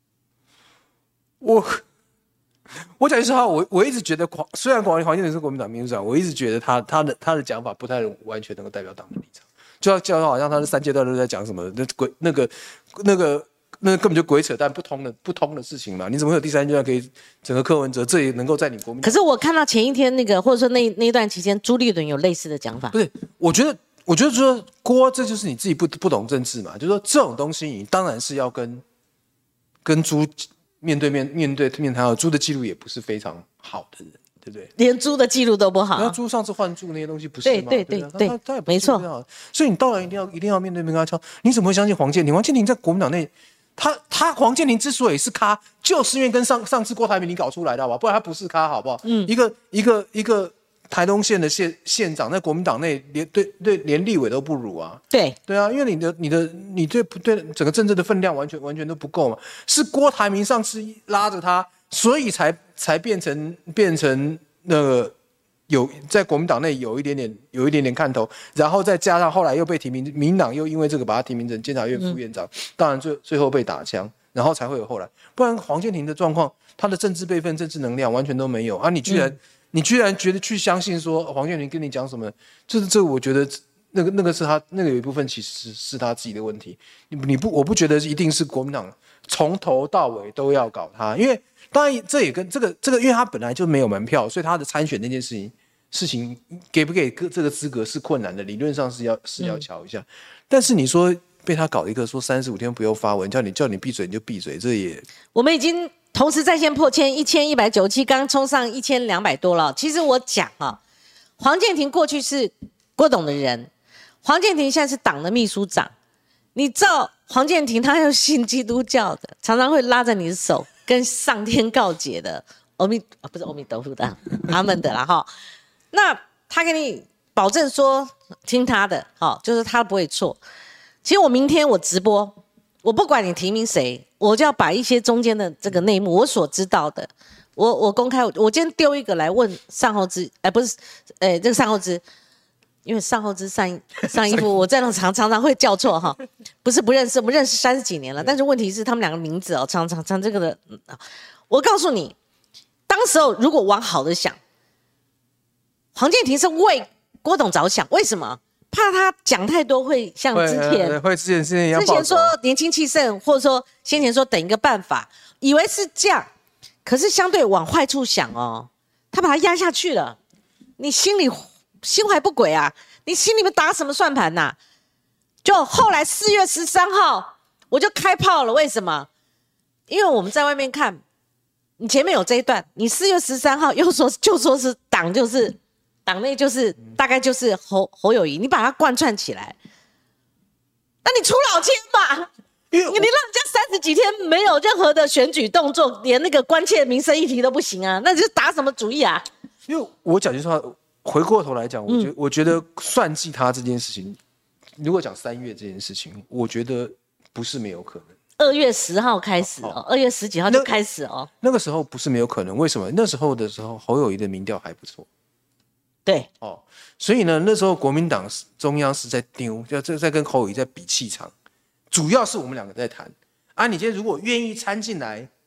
我讲句实话，我一直觉得虽然黄健庭是国民党秘书长，我一直觉得他的讲法不太完全能够代表党的立场，就好像他是3阶段都在讲什么那个根本就鬼扯淡不通的事情嘛，你怎么会有第3阶段可以整个柯文哲这也能够在你国民党？ 可是我看到前一天那个或者说那一段期间，朱立伦有类似的讲法。 不是，我觉得说郭，这就是你自己不懂政治嘛，就是说这种东西你当然是要跟朱。面谈，猪的记录也不是非常好的人，对不对？连猪的记录都不好。 那猪上次换猪那些东西不是吗？ 对， 他也不是这样。所以你当然一定要面对面跟他敲。你怎么会相信黄健庭？黄健庭在国民党内，黄健庭之所以是咖，就是因为跟上次郭台铭你搞出来的，好吧？不然他不是咖，好不好？一个台东县的县长在国民党内连立委都不如啊！对啊，因为你对整个政治的分量完全都不够嘛。是郭台铭上次拉着他，所以才变成那个在国民党内有一点点看头，然后再加上后来又被提名，民党又因为这个把他提名成监察院副院长，当然最后被打枪，然后才会有后来。不然黄健庭的状况，他的政治辈分、政治能量完全都没有啊！你居然觉得去相信说黄健庭跟你讲什么，就是这我觉得那个是他那个有一部分其实是他自己的问题。我不觉得一定是国民党从头到尾都要搞他，因为当然这也跟这个，因为他本来就没有门票，所以他的参选那件事情给不给这个资格是困难的，理论上是要瞧一下。但是你说被他搞一个说35天不用发文，叫你闭嘴你就闭嘴，这也我们已经。同时在线破千1197，刚冲上1200多了。其实我讲啊，黄健庭过去是郭董的人，黄健庭现在是党的秘书长。你照黄健庭，他又信基督教的，常常会拉着你的手跟上天告解的，不是阿弥陀佛的，阿门的啦哈。那他给你保证说听他的，就是他不会错。其实我明天我直播，我不管你提名谁。我就要把一些中间的这个内幕，我所知道的，我公开。我今天丢一个来问尚厚之，不是，这个尚厚之，因为尚厚之上一副我在那常常会叫错哈，不是不认识，我们认识30几年了，但是问题是他们两个名字常这个的。我告诉你，当时候如果往好的想，黄健庭是为郭董着想，为什么？怕他讲太多会像之前说年轻气盛，或者说先前说等一个办法，以为是这样，可是相对往坏处想哦，他把他压下去了，你心怀不轨啊，你心里面打什么算盘呐？就后来4月13号我就开炮了，为什么？因为我们在外面看，你前面有这一段，你4月13号又说是党内就是大概就是侯友宜，你把它贯穿起来，那你出老千吧！你让人家30几天没有任何的选举动作，连那个关切民生议题都不行啊，那你是打什么主意啊？ 因为我讲句实话，回过头来讲，我觉得算计他这件事情，如果讲3月这件事情，我觉得不是没有可能。 2月10号开始2月10几号就开始那个时候不是没有可能，为什么？那时候的时候，侯友宜的民调还不错。 对所以呢，那时候国民党中央是在丢，在跟侯友宜在比气场，主要是我们两个在谈啊。你今天如果愿意参进来，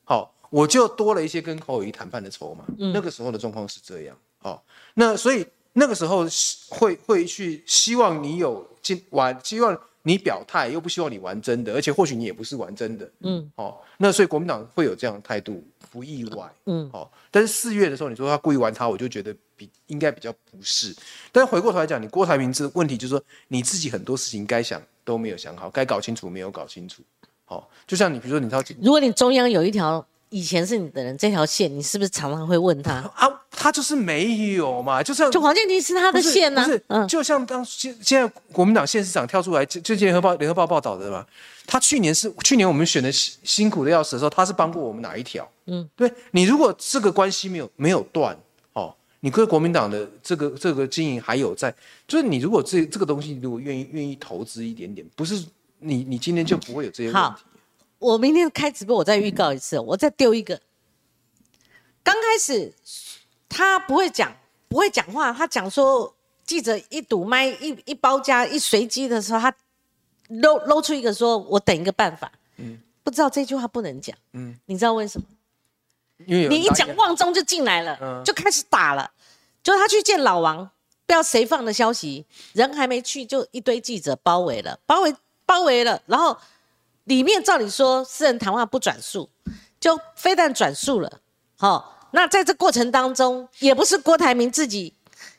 我就多了一些跟侯友宜谈判的筹码。那个时候的状况是这样。那所以那个时候会去希望你有希望你表态，又不希望你玩真的，而且或许你也不是玩真的。那所以国民党会有这样的态度，不意外。但是4月的时候，你说他故意玩他，我就觉得应该比较不是。但是回过头来讲，你郭台铭这个问题就是说，你自己很多事情该想都没有想好，该搞清楚没有搞清楚。就像你比如说如果你中央有一条以前是你的人，这条线你是不是常常会问他啊？他就是没有嘛，就黄健庭是他的线呢、 不是，就像现在国民党县市长跳出来，就联合报报道的嘛。他去年我们选的辛苦的要死的时候，他是帮过我们哪一条？对，你如果这个关系没有断，你跟国民党的这个经营还有在，就是你如果这个东西如果愿意投资一点点，不是你今天就不会有这些问题。 好，我明天开直播，我再预告一次，我再丢一个。刚开始他不会讲话，他讲说记者一堵麦一包夹一随机的时候，他露出一个说我等一个办法。不知道这句话不能讲。你知道为什么？因为你一讲旺中就进来了，就开始打了。就他去见老王，不知道谁放的消息，人还没去，就一堆记者包围了，然后里面照理说私人谈话不转述，就非但转述了。那在这过程当中，也不是郭台铭自己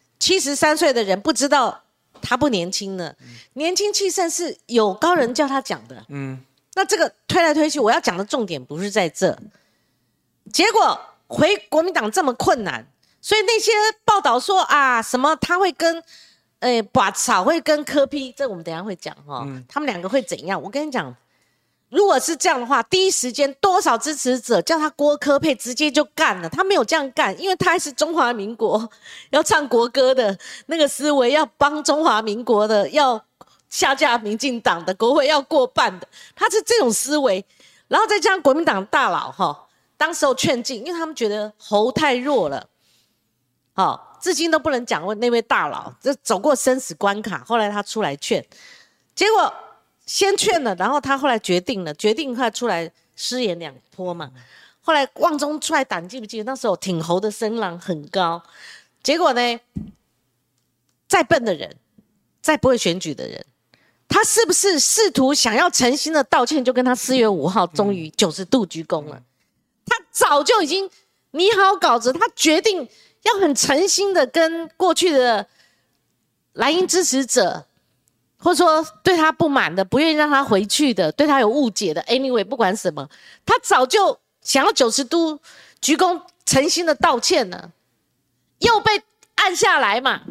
73岁的人不知道他不年轻了，年轻气盛是有高人叫他讲的。那这个推来推去，我要讲的重点不是在这。结果回国民党这么困难，所以那些报道说啊什么他会跟拔草会跟柯 P， 这我们等一下会讲他们两个会怎样？我跟你讲，如果是这样的话，第一时间多少支持者叫他郭柯配直接就干了，他没有这样干，因为他还是中华民国要唱国歌的那个思维，要帮中华民国的，要下架民进党的国会要过半的，他是这种思维，然后再加上国民党大佬当时候劝进，因为他们觉得侯太弱了，至今都不能讲那位大佬，这走过生死关卡，后来他出来劝，结果先劝了，然后他后来决定他出来失言2波嘛，后来旺中出来打，你记不记得那时候挺侯的声浪很高，结果呢，再笨的人，再不会选举的人，他是不是试图想要诚心的道歉，就跟他4月5号终于90度鞠躬了？他早就已经拟好稿子，他决定要很诚心的跟过去的蓝营支持者，或者说对他不满的、不愿意让他回去的、对他有误解的 ，anyway 不管什么，他早就想要90度鞠躬，诚心的道歉了，又被按下来嘛，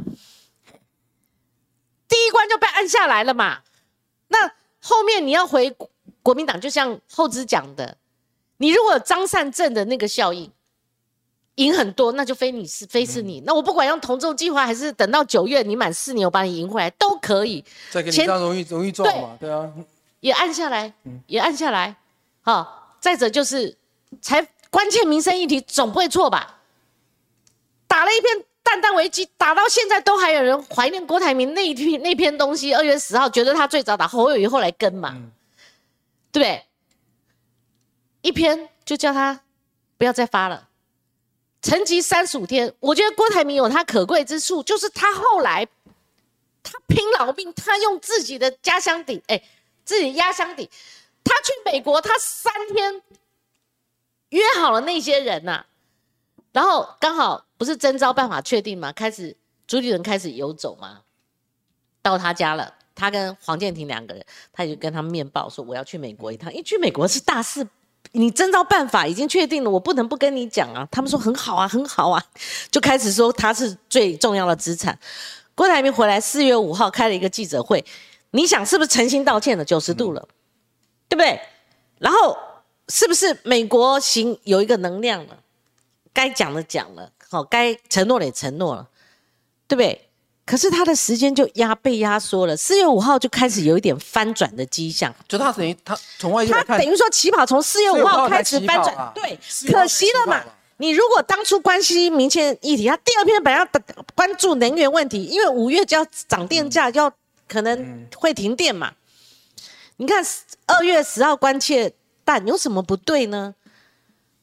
第一关就被按下来了嘛。那后面你要回国民党，就像厚之讲的，你如果有张善政的那个效应，赢很多，那就非是你。那我不管用同舟计划，还是等到9月你满4年，我把你赢回来都可以。 再给你这样容易撞嘛？对啊， 也按下来，也按下来。再者就是才关键民生议题总不会错吧？打了一片蛋蛋危机，打到现在都还有人怀念郭台铭那篇东西。2月10号觉得他最早打，侯友宜后来跟嘛，对不对？一篇就叫他不要再发了，沉寂35天。我觉得郭台铭有他可贵之处，就是他后来他拼老命，他用自己的家乡底，自己压箱底，他去美国，他3天约好了那些人呐，然后刚好不是征召办法确定嘛，朱立伦开始游走嘛，到他家了。他跟黄健庭2个人，他就跟他们面报说我要去美国一趟，因为去美国是大事，你征召办法已经确定了，我不能不跟你讲啊。他们说很好啊，很好啊，就开始说他是最重要的资产。郭台铭回来4月5号开了一个记者会，你想是不是诚心道歉了90度了，对不对？然后是不是美国行有一个能量了，该讲的讲了，该承诺的也承诺了，对不对？可是他的时间就被压缩了，4月5号就开始有一点翻转的迹象。 就他等于他从外界来看， 他等于说起跑从4月5号开始翻转，对，可惜了嘛。你如果当初关心民生议题，他第2篇本来要关注能源问题，因为5月就要涨电价，要可能会停电嘛。你看2月10号关切蛋有什么不对呢？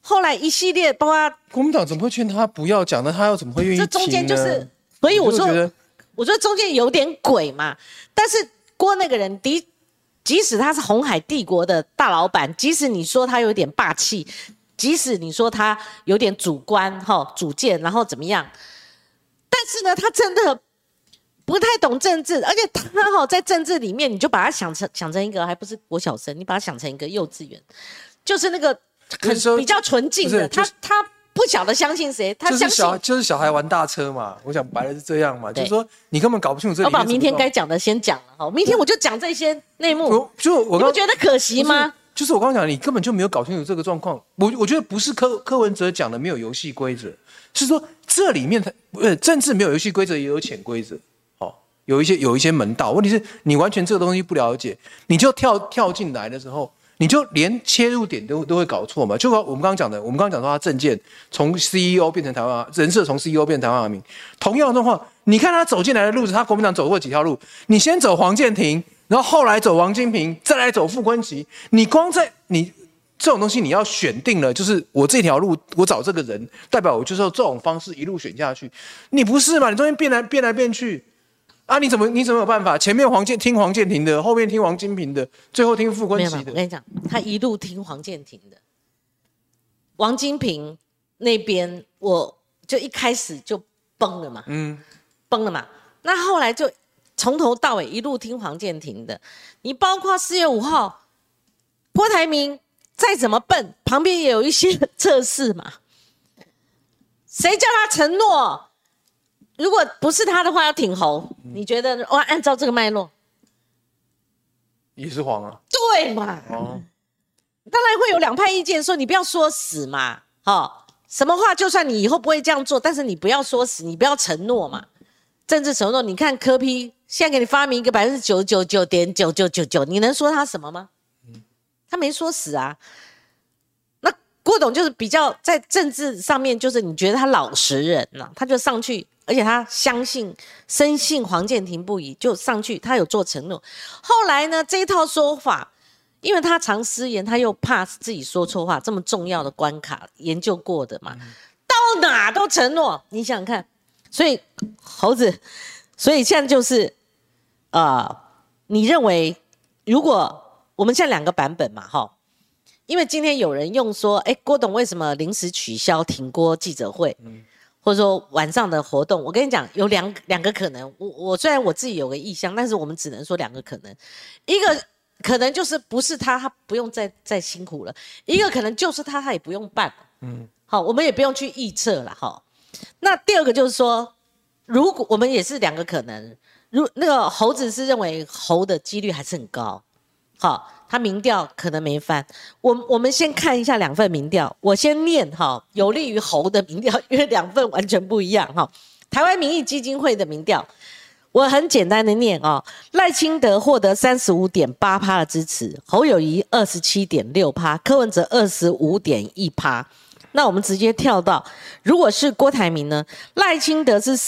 后来一系列包括国民党怎么会劝他不要讲呢？他又怎么会愿意听呢？ 这中间就是，所以我说中间有点鬼嘛。但是郭那个人即使他是鸿海帝国的大老板，即使你说他有点霸气，即使你说他有点主观主见，然后怎么样，但是呢，他真的不太懂政治，而且他在政治里面，你就把他想成一个还不是国小生，你把他想成一个幼稚园，就是那个比较纯净的，他不晓得相信谁，他相信就是小孩玩大车嘛。我想白了是这样嘛，就是说你根本搞不清楚这里面。 我把明天该讲的先讲了，明天我就讲这些内幕。你不觉得可惜吗？ 就是我刚刚讲，你根本就没有搞清楚这个状况。我觉得不是柯文哲讲的没有游戏规则，是说这里面政治没有游戏规则，也有潜规则。有一些门道。问题是你完全这个东西不了解，你就跳进来的时候。你就连切入点都会搞错嘛？就我们刚刚讲说他政见从 CEO 变成台湾人设，从 CEO 变成台湾人民，同样的状况，你看他走进来的路子，他国民党走过几条路？你先走黄健庭，然后后来走王金平，再来走傅昆萁。你光在你这种东西，你要选定了，就是我这条路，我找这个人，代表我就是用这种方式一路选下去。你不是嘛？你中间变来变去。啊！你怎么有办法？前面听黄健庭的，后面听王金平的，最后听傅昆萁的。 我跟你讲，他一路听黄健庭的，王金平那边我就一开始就崩了嘛，崩了嘛。那后来就从头到尾一路听黄健庭的。你包括4月5号，郭台铭再怎么笨，旁边也有一些测试嘛。谁叫他承诺？如果不是他的话，要挺侯，你觉得？按照这个脉络， 也是黄啊。 对嘛？当然会有两派意见，说你不要说死嘛，什么话就算你以后不会这样做，但是你不要说死，你不要承诺嘛。政治承诺，你看柯 P 现在给你发明一个99.999999，你能说他什么吗？他没说死啊。那郭董就是比较在政治上面，就是你觉得他老实人啊，他就上去。而且他深信黄健庭不疑，就上去，他有做承诺。后来呢，这一套说法，因为他常失言，他又怕自己说错话，这么重要的关卡研究过的嘛，到哪都承诺。你想想看，所以猴子，所以现在就是你认为如果我们现在两个版本嘛，因为今天有人用说，郭董为什么临时取消停郭记者会？或者说晚上的活动，我跟你讲有两个可能。我虽然我自己有个意向，但是我们只能说两个可能。一个可能就是不是他不用再辛苦了；一个可能就是他也不用办。好，我们也不用去预测了哈。那第二个就是说，如果我们也是两个可能，那个猴子是认为猴的几率还是很高，好。他民调可能没翻，我们先看一下两份民调，我先念有利于侯的民调，因为两份完全不一样台湾民意基金会的民调，我很简单的念赖清德获得 35.8% 的支持，侯友宜 27.6%， 柯文哲 25.1%。那我们直接跳到，如果是郭台铭呢，赖清德是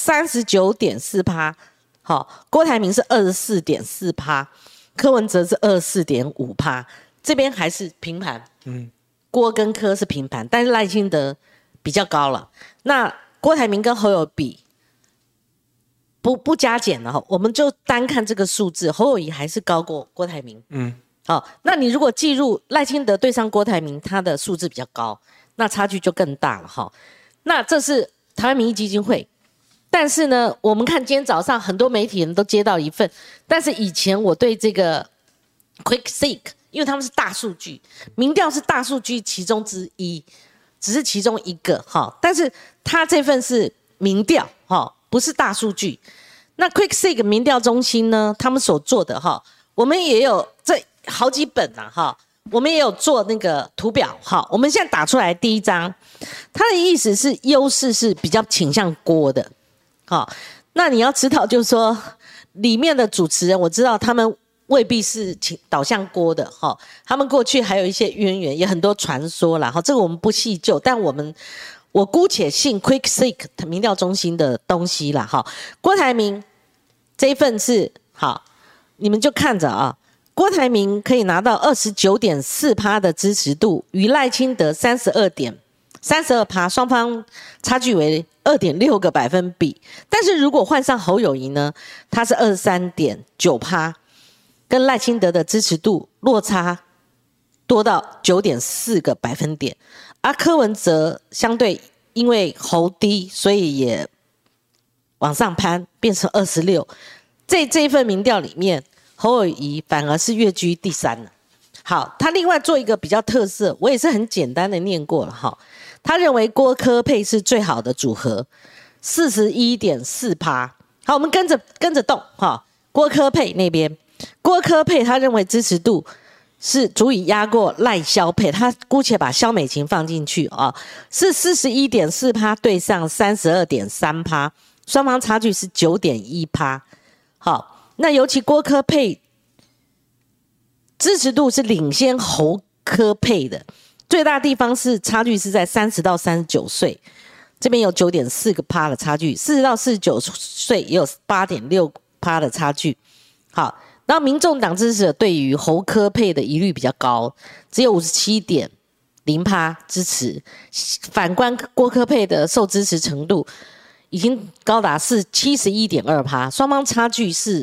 39.4%， 郭台铭是 24.4%。柯文哲是 24.5%， 这边还是平盘。郭跟柯是平盘，但是赖清德比较高了。那郭台铭跟侯友比不加减了，我们就单看这个数字，侯友宜还是高过郭台铭。那你如果计入赖清德对上郭台铭，他的数字比较高，那差距就更大了那这是台湾民意基金会。但是呢，我们看今天早上很多媒体人都接到一份，但是以前我对这个 QuickSeek， 因为他们是大数据，民调是大数据其中之一，只是其中一个但是他这份是民调不是大数据。那 QuickSeek 民调中心呢，他们所做的我们也有这好几本我们也有做那个图表我们现在打出来第一张，它的意思是优势是比较倾向郭的。那你要知道，就是说里面的主持人，我知道他们未必是导向郭的他们过去还有一些渊源，也很多传说啦这个我们不细究，但我姑且信 QuickSeek 民调中心的东西啦郭台铭这一份是好，你们就看着郭台铭可以拿到 29.4% 的支持度，与赖清德 32.8% 32%，双方差距为2.6个百分比。但是如果换上侯友宜呢，他是23.9%，跟赖清德的支持度落差多到9.4个百分点。而柯文哲相对因为侯低，所以也往上攀，变成26。这一份民调里面，侯友宜反而是跃居第3了。好，他另外做一个比较特色，我也是很简单的念过了哈。他认为郭柯配是最好的组合，41.4%。好，我们跟着动哈。郭柯配那边，郭柯配他认为支持度是足以压过赖萧配，他姑且把萧美琴放进去啊，是41.4%对上32.3%，双方差距是9.1%。好，那尤其郭柯配支持度是领先侯柯配的，最大地方是差距是在30到39岁，这边有9.4%的差距，40到49岁也有8.6%的差距。好，然后民众党支持者对于侯柯配的疑虑比较高，只有57.0%支持，反观郭柯配的受支持程度已经高达是71.2%，双方差距是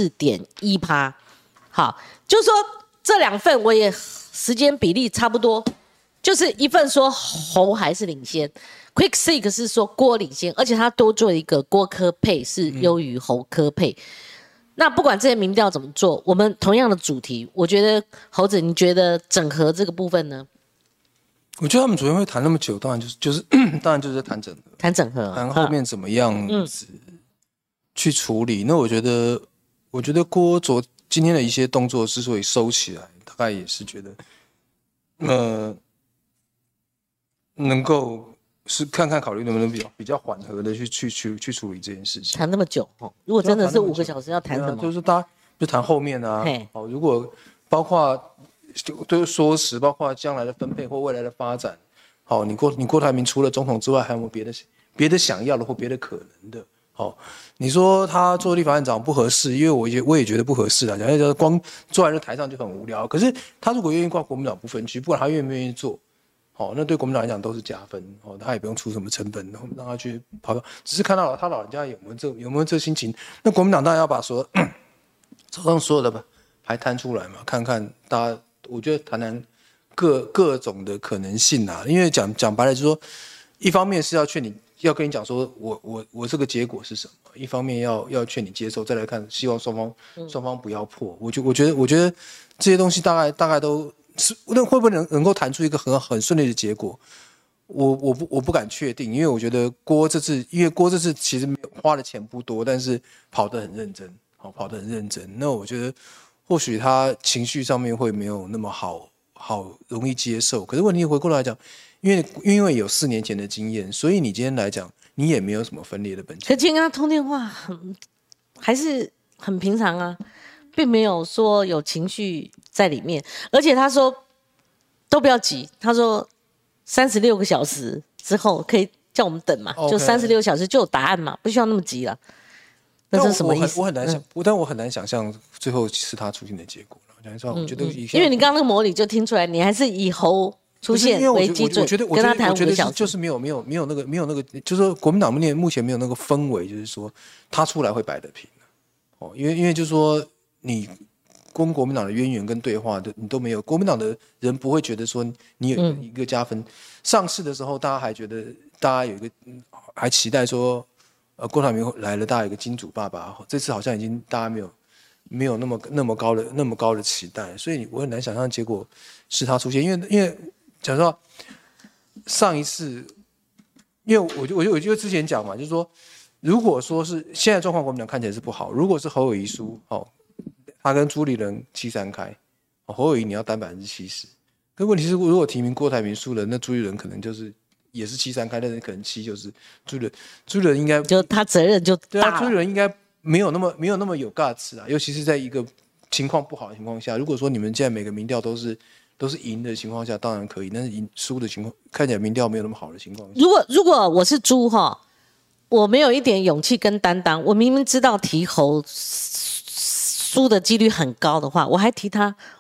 14.1%。好，就是说这2份我也时间比例差不多，就是一份说侯还是领先 ，Quick Seek 是说郭领先，而且他多做一个郭柯配是优于侯柯配。那不管这些民调怎么做，我们同样的主题，我觉得侯子，你觉得整合这个部分呢？ 我觉得他们昨天会谈那么久，当然当然就是在谈整合，谈后面怎么样子去处理。那我觉得郭今天的一些动作之所以收起来，大概也是觉得，能够是看看考虑能不能比较缓和的去处理这件事情。 谈那么久如果真的是5个小时要谈什么？ 就是大家就谈后面啊。好，如果包括就是说实，包括将来的分配或未来的发展。好，你郭台铭除了总统之外，还有没有别的想要的或别的可能的？好，你说他做立法院长不合适，因为我也觉得不合适啦。讲就是光坐在这台上就很无聊。可是他如果愿意挂国民党不分区，不管他愿不愿意做，好，那对国民党来讲都是加分。好，他也不用出什么成本，让他去跑，只是看到他老人家有没有这心情。那国民党当然要把手上所有的牌摊出来嘛，看看大家，我觉得谈各种的可能性啊。因为讲白了就是说，一方面是要跟你讲说我这个结果是什么，一方面要劝你接受，再来看希望双方不要破。我觉得这些东西大概都是，那会不会能够谈出一个很顺利的结果？我不敢确定，因为我觉得郭这次其实花的钱不多，但是跑得很认真，那我觉得或许他情绪上面会没有那么好容易接受。可是问题回过来讲，因为有4年前的经验，所以你今天来讲，你也没有什么分裂的本钱。 可今天跟他通电话还是很平常啊，并没有说有情绪在里面。而且他说都不要急，他说36个小时之后可以叫我们等嘛，就36小時就有答案嘛，不需要那么急了。那是什么意思？ 我很难想，但我很难想象最后是他出现的结果了。我觉得因为你刚刚那个模拟就听出来，你还是以侯出现为基准，跟他谈5个小时， 就是没有那个，就是说国民党目前没有那个氛围，就是说他出来会摆得平因为就是说你跟国民党的渊源跟对话你都没有，国民党的人不会觉得说你有一个加分。上市的时候，大家还觉得大家有一个还期待说，郭台铭来了，大家有一个金主爸爸。这次好像已经大家没有那么高的期待，所以我很难想象结果是他出现，因为讲实话，上一次，因为我就之前讲嘛，就是说，如果说是现在状况，国民党看起来是不好，如果是侯友宜输，他跟朱立伦7-3开，侯友宜你要担70%，可问题是如果提名郭台铭输了，那朱立伦可能也是7-3开，但是可能7就是朱立伦应该就他责任就大了， 对啊，朱立伦应该没有那么有 guts 啊，尤其是在一个情况不好的情况下。如果说你们现在每个民调都是赢的情况下，当然可以，但是输的情况看起来民调没有那么好的情况下， 如果我是朱我没有一点勇气跟担当，我明明知道提侯输的几率很高的话，我还提他，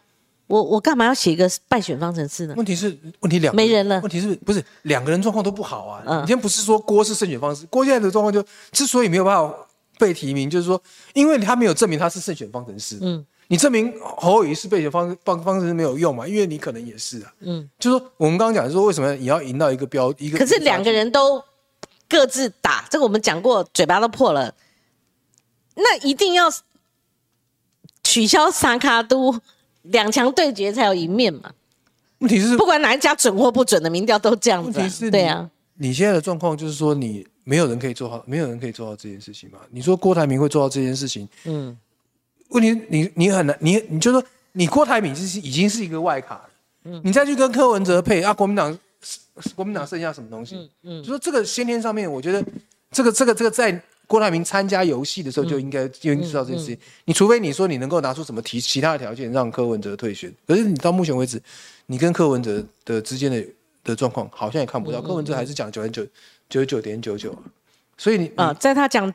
我干嘛要写一个败选方程式呢？ 问题没人了。 问题是不是两个人状况都不好啊？你今天不是说郭是胜选方式，郭现在的状况就之所以没有办法被提名，就是说因为他没有证明他是胜选方程式。你证明侯友宜是备选方程式没有用嘛？因为你可能也是啊。就是说我们刚刚讲说为什么你要赢到一个。可是两个人都各自打，这个我们讲过，嘴巴都破了，那一定要取消三卡都，两强对决才有赢面嘛。 问题是不管哪一家准或不准的民调都这样子。 问题是对啊， 你现在的状况就是说你没有人可以做到这件事情嘛？你说郭台铭会做到这件事情？问题你很难，你就说你郭台铭已经是一个外卡了，你再去跟柯文哲配啊，国民党剩下什么东西？就说这个先天上面，我觉得这个在郭台铭参加游戏的时候就应该知道这件事情。你除非你说你能够拿出什么其他的条件让柯文哲退选，可是你到目前为止，你跟柯文哲的之间的状况好像也看不到，柯文哲还是讲99.99%，所以在他讲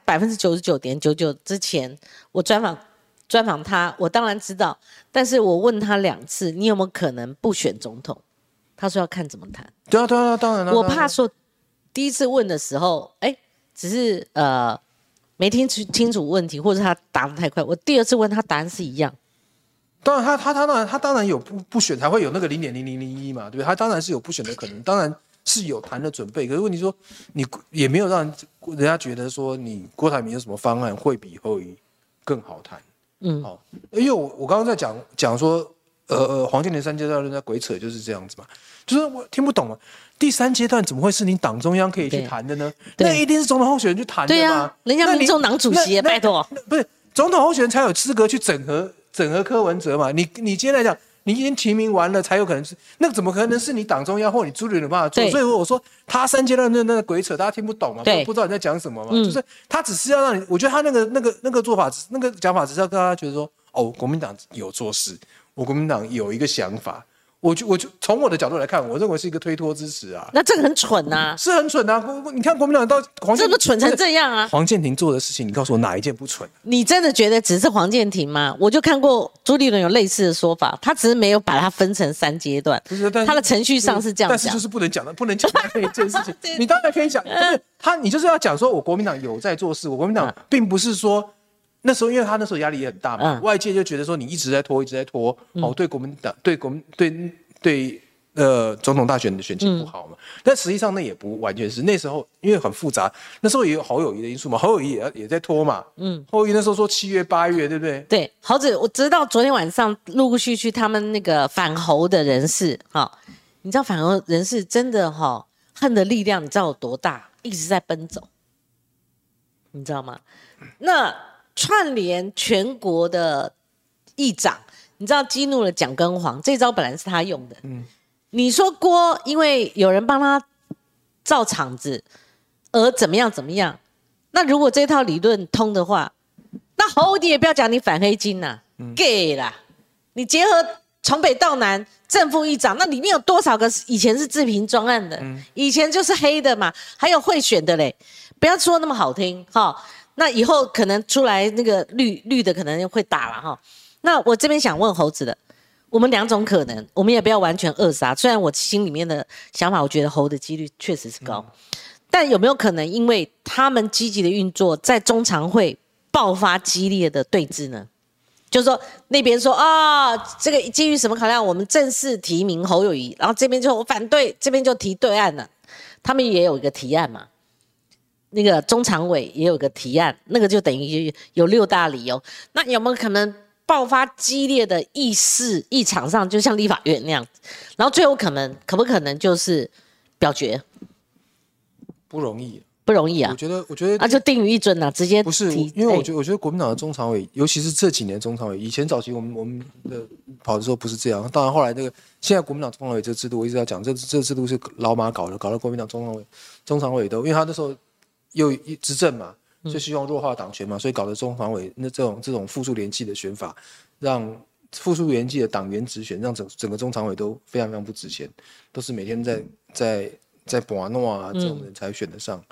99.99%之前，我专访他，我当然知道，但是我问他2次，你有没有可能不选总统？他说要看怎么谈。 对啊，当然了。 我怕说第一次问的时候，只是没听清楚问题，或者他答得太快。我第二次问他，答案是一样。 当然他当然有不选才会有那个0.0001嘛，对不对？他当然是有不选的可能，当然是有谈的准备。可是问题说你也没有让人家觉得说你郭台铭有什么方案会比侯友宜更好谈。好，因为我刚刚在讲说，黄建年3阶段论在鬼扯就是这样子嘛，就是我听不懂嘛。第3阶段怎么会是你党中央可以去谈的呢？那一定是总统候选人去谈的嘛。 对啊，人家民众党主席拜托， 不是总统候选人才有资格去整合柯文哲嘛？你今天来讲，你已经提名完了才有可能是，那怎么可能是你党中央或你朱立伦有办法做？所以我说他3阶段那个鬼扯，大家听不懂嘛，不知道你在讲什么嘛。就是他只是要让你，我觉得他那个做法，那个讲法只是要让大家觉得说，哦，国民党有做事，我国民党有一个想法。我就从我的角度来看，我认为是一个推脱支持啊。 那这个很蠢啊， 是很蠢啊！你看国民党到黄建， 这不蠢成这样啊？ 黄建庭做的事情，你告诉我哪一件不蠢？ 你真的觉得只是黄建庭吗？我就看过朱立伦有类似的说法，他只是没有把它分成3阶段，不是，他的程序上是这样讲， 但是就是不能讲那一件事情。你当然可以讲，你就是要讲说，我国民党有在做事，我国民党并不是说。那时候，因为他那时候压力也很大嘛，外界就觉得说你一直在拖，对国民党对总统大选的选情不好嘛。但实际上那也不完全是，那时候因为很复杂，那时候也有侯友宜的因素嘛，侯友宜也在拖嘛。侯友宜那时候说7月8月，对不对？ 对，侯子，我直到昨天晚上陆陆续续他们那个反侯的人士，你知道反侯人士真的恨的力量，你知道有多大？一直在奔走，你知道吗？那串联全国的议长，你知道激怒了蒋根黄，这招本来是他用的。你说郭因为有人帮他造场子而怎么样，那如果这套理论通的话，那侯你也不要讲你反黑金啦，gay 啦，你结合从北到南正副议长，那里面有多少个以前是自评专案的，以前就是黑的嘛，还有贿选的嘞，不要说那么好听那以后可能出来那个绿的可能会打了那我这边想问猴子的，我们2种可能，我们也不要完全扼杀。虽然我心里面的想法，我觉得猴的几率确实是高，但有没有可能因为他们积极的运作，在中常会爆发激烈的对峙呢？就是说那边说这个基于什么考量，我们正式提名侯友宜，然后这边就我反对，这边就提对案了。他们也有一个提案嘛。那个中常委也有个提案，那个就等于有6大理由。那有没有可能爆发激烈的议场上，就像立法院那样子？然后最后可不可能就是表决？ 不容易， 不容易啊！ 我觉得就定于一尊啊，直接不是，因为我觉得国民党的中常委，尤其是这几年中常委，以前早期我们的跑的时候不是这样，当然后来现在国民党中常委这个制度，我一直要讲，这制度是老马搞到国民党中常委都，因为他那时候。又执政嘛，就希望弱化党权嘛，所以搞得中常委那这种复数联系的选法，让复数联系的党员直选，让整个中常委都非常非常不值钱，都是每天在博诺这种人才选得上。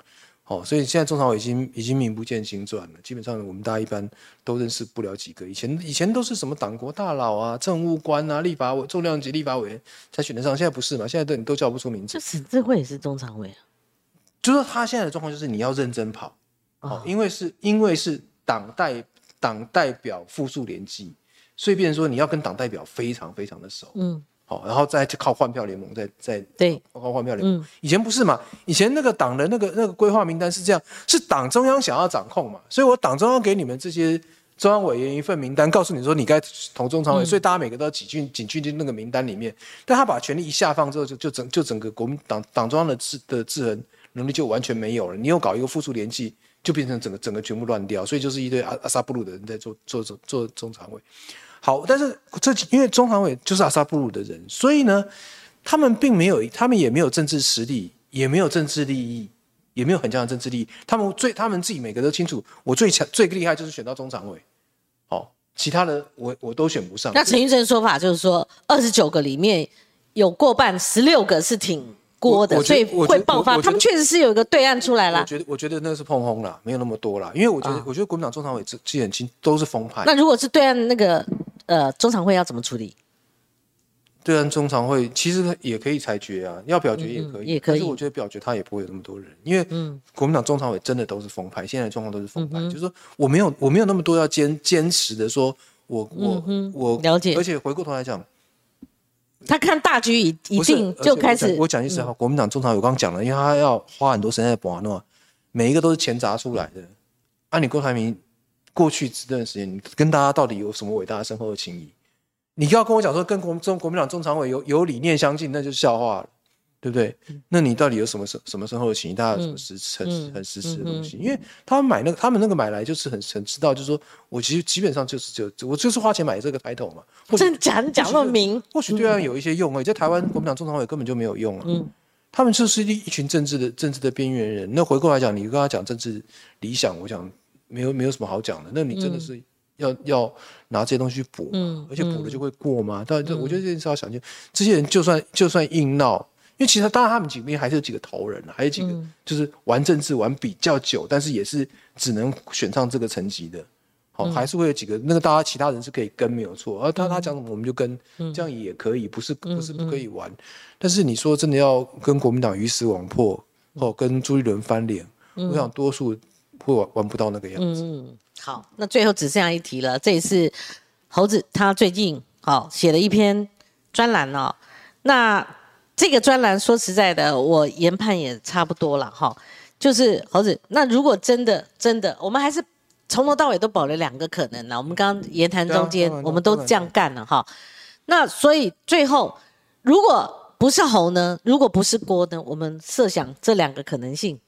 所以现在中常委已经名不见经传了，基本上我们大家一般都认识不了几个。以前都是什么党国大佬啊、政务官啊、立法委、重量级立法委员才选得上，现在不是嘛？现在你都叫不出名字。 这省智慧也是中常委啊。 就是他现在的状况就是你要认真跑，因为是党代表复数联机，所以变成说你要跟党代表非常非常的熟。然后再靠换票联盟， 对， 靠换票联盟。以前不是嘛？以前那个党的那个规划名单是这样，是党中央想要掌控嘛，所以我党中央给你们这些中央委员一份名单，告诉你说你该投中常委，所以大家每个都要挤进那个名单里面。但他把权力一下放之后，就整个国民党中央的制衡能力就完全没有了。你又搞一个复数联际，就变成整个全部乱掉，所以就是一堆阿萨布鲁的人在做中常委。好，但是因为中常委就是阿萨布鲁的人，所以呢，他们也没有政治实力，也没有政治利益，也没有很强的政治利益。他们自己每个都清楚，我最厉害就是选到中常委，其他的我都选不上。 那陈玉珍说法就是说，29个里面有过半16个是挺郭的，所以会爆发。他们确实是有一个对岸出来了。 我觉得那是碰轰啦，没有那么多啦。因为我觉得国民党中常委记得很清，都是疯派。 那如果是对岸那个中常会要怎么处理？ 对岸中常会其实也可以裁决啊，要表决也可以， 也可以。 但是我觉得表决他也不会有那么多人，因为国民党中常委真的都是疯派，现在的状况都是疯派，就是说我没有那么多要坚持的说，我了解。 而且回过头来讲， 他看大局一定就开始。 我讲意思哈，国民党中常委我刚刚讲了，因为他要花很多时间在把弄，每一个都是钱砸出来的。按你郭台铭过去这段时间，你跟大家到底有什么伟大的深厚的情谊？你要跟我讲说跟国民党中常委有理念相近，那就是笑话了，对不对？那你到底有什么深厚的情谊？大家有什么很实质的东西？因为他们那个买来就是很知道，就是说我其实基本上我就是花钱买这个title嘛。 真假你讲那么明？ 或许对岸有一些用而已，在台湾国民党中常委根本就没有用啊。他们就是一群政治的边缘人。那回过来讲，你跟他讲政治理想，我想没有什么好讲的。那你真的是要拿这些东西去补，而且补了就会过吗？但我觉得这件事要想清楚。这些人就算硬闹，因为其实当然他们里面还是有几个头人，还有几个就是玩政治玩比较久，但是也是只能选上这个层级的。还是会有几个那个大家其他人是可以跟没有错，而他讲什么我们就跟，这样也可以，不是不可以玩。但是你说真的要跟国民党鱼死网破，跟朱立伦翻脸，我想多数会玩不到那个样子。 好，那最后只剩下一题了，这也是猴子他最近写了一篇专栏哦。那这个专栏说实在的，我研判也差不多了哈。就是猴子，那如果真的，我们还是从头到尾都保留2个可能我们刚刚言谈中间，我们都这样干了哈。那所以最后，如果不是侯呢？如果不是郭呢？我们设想这2个可能性。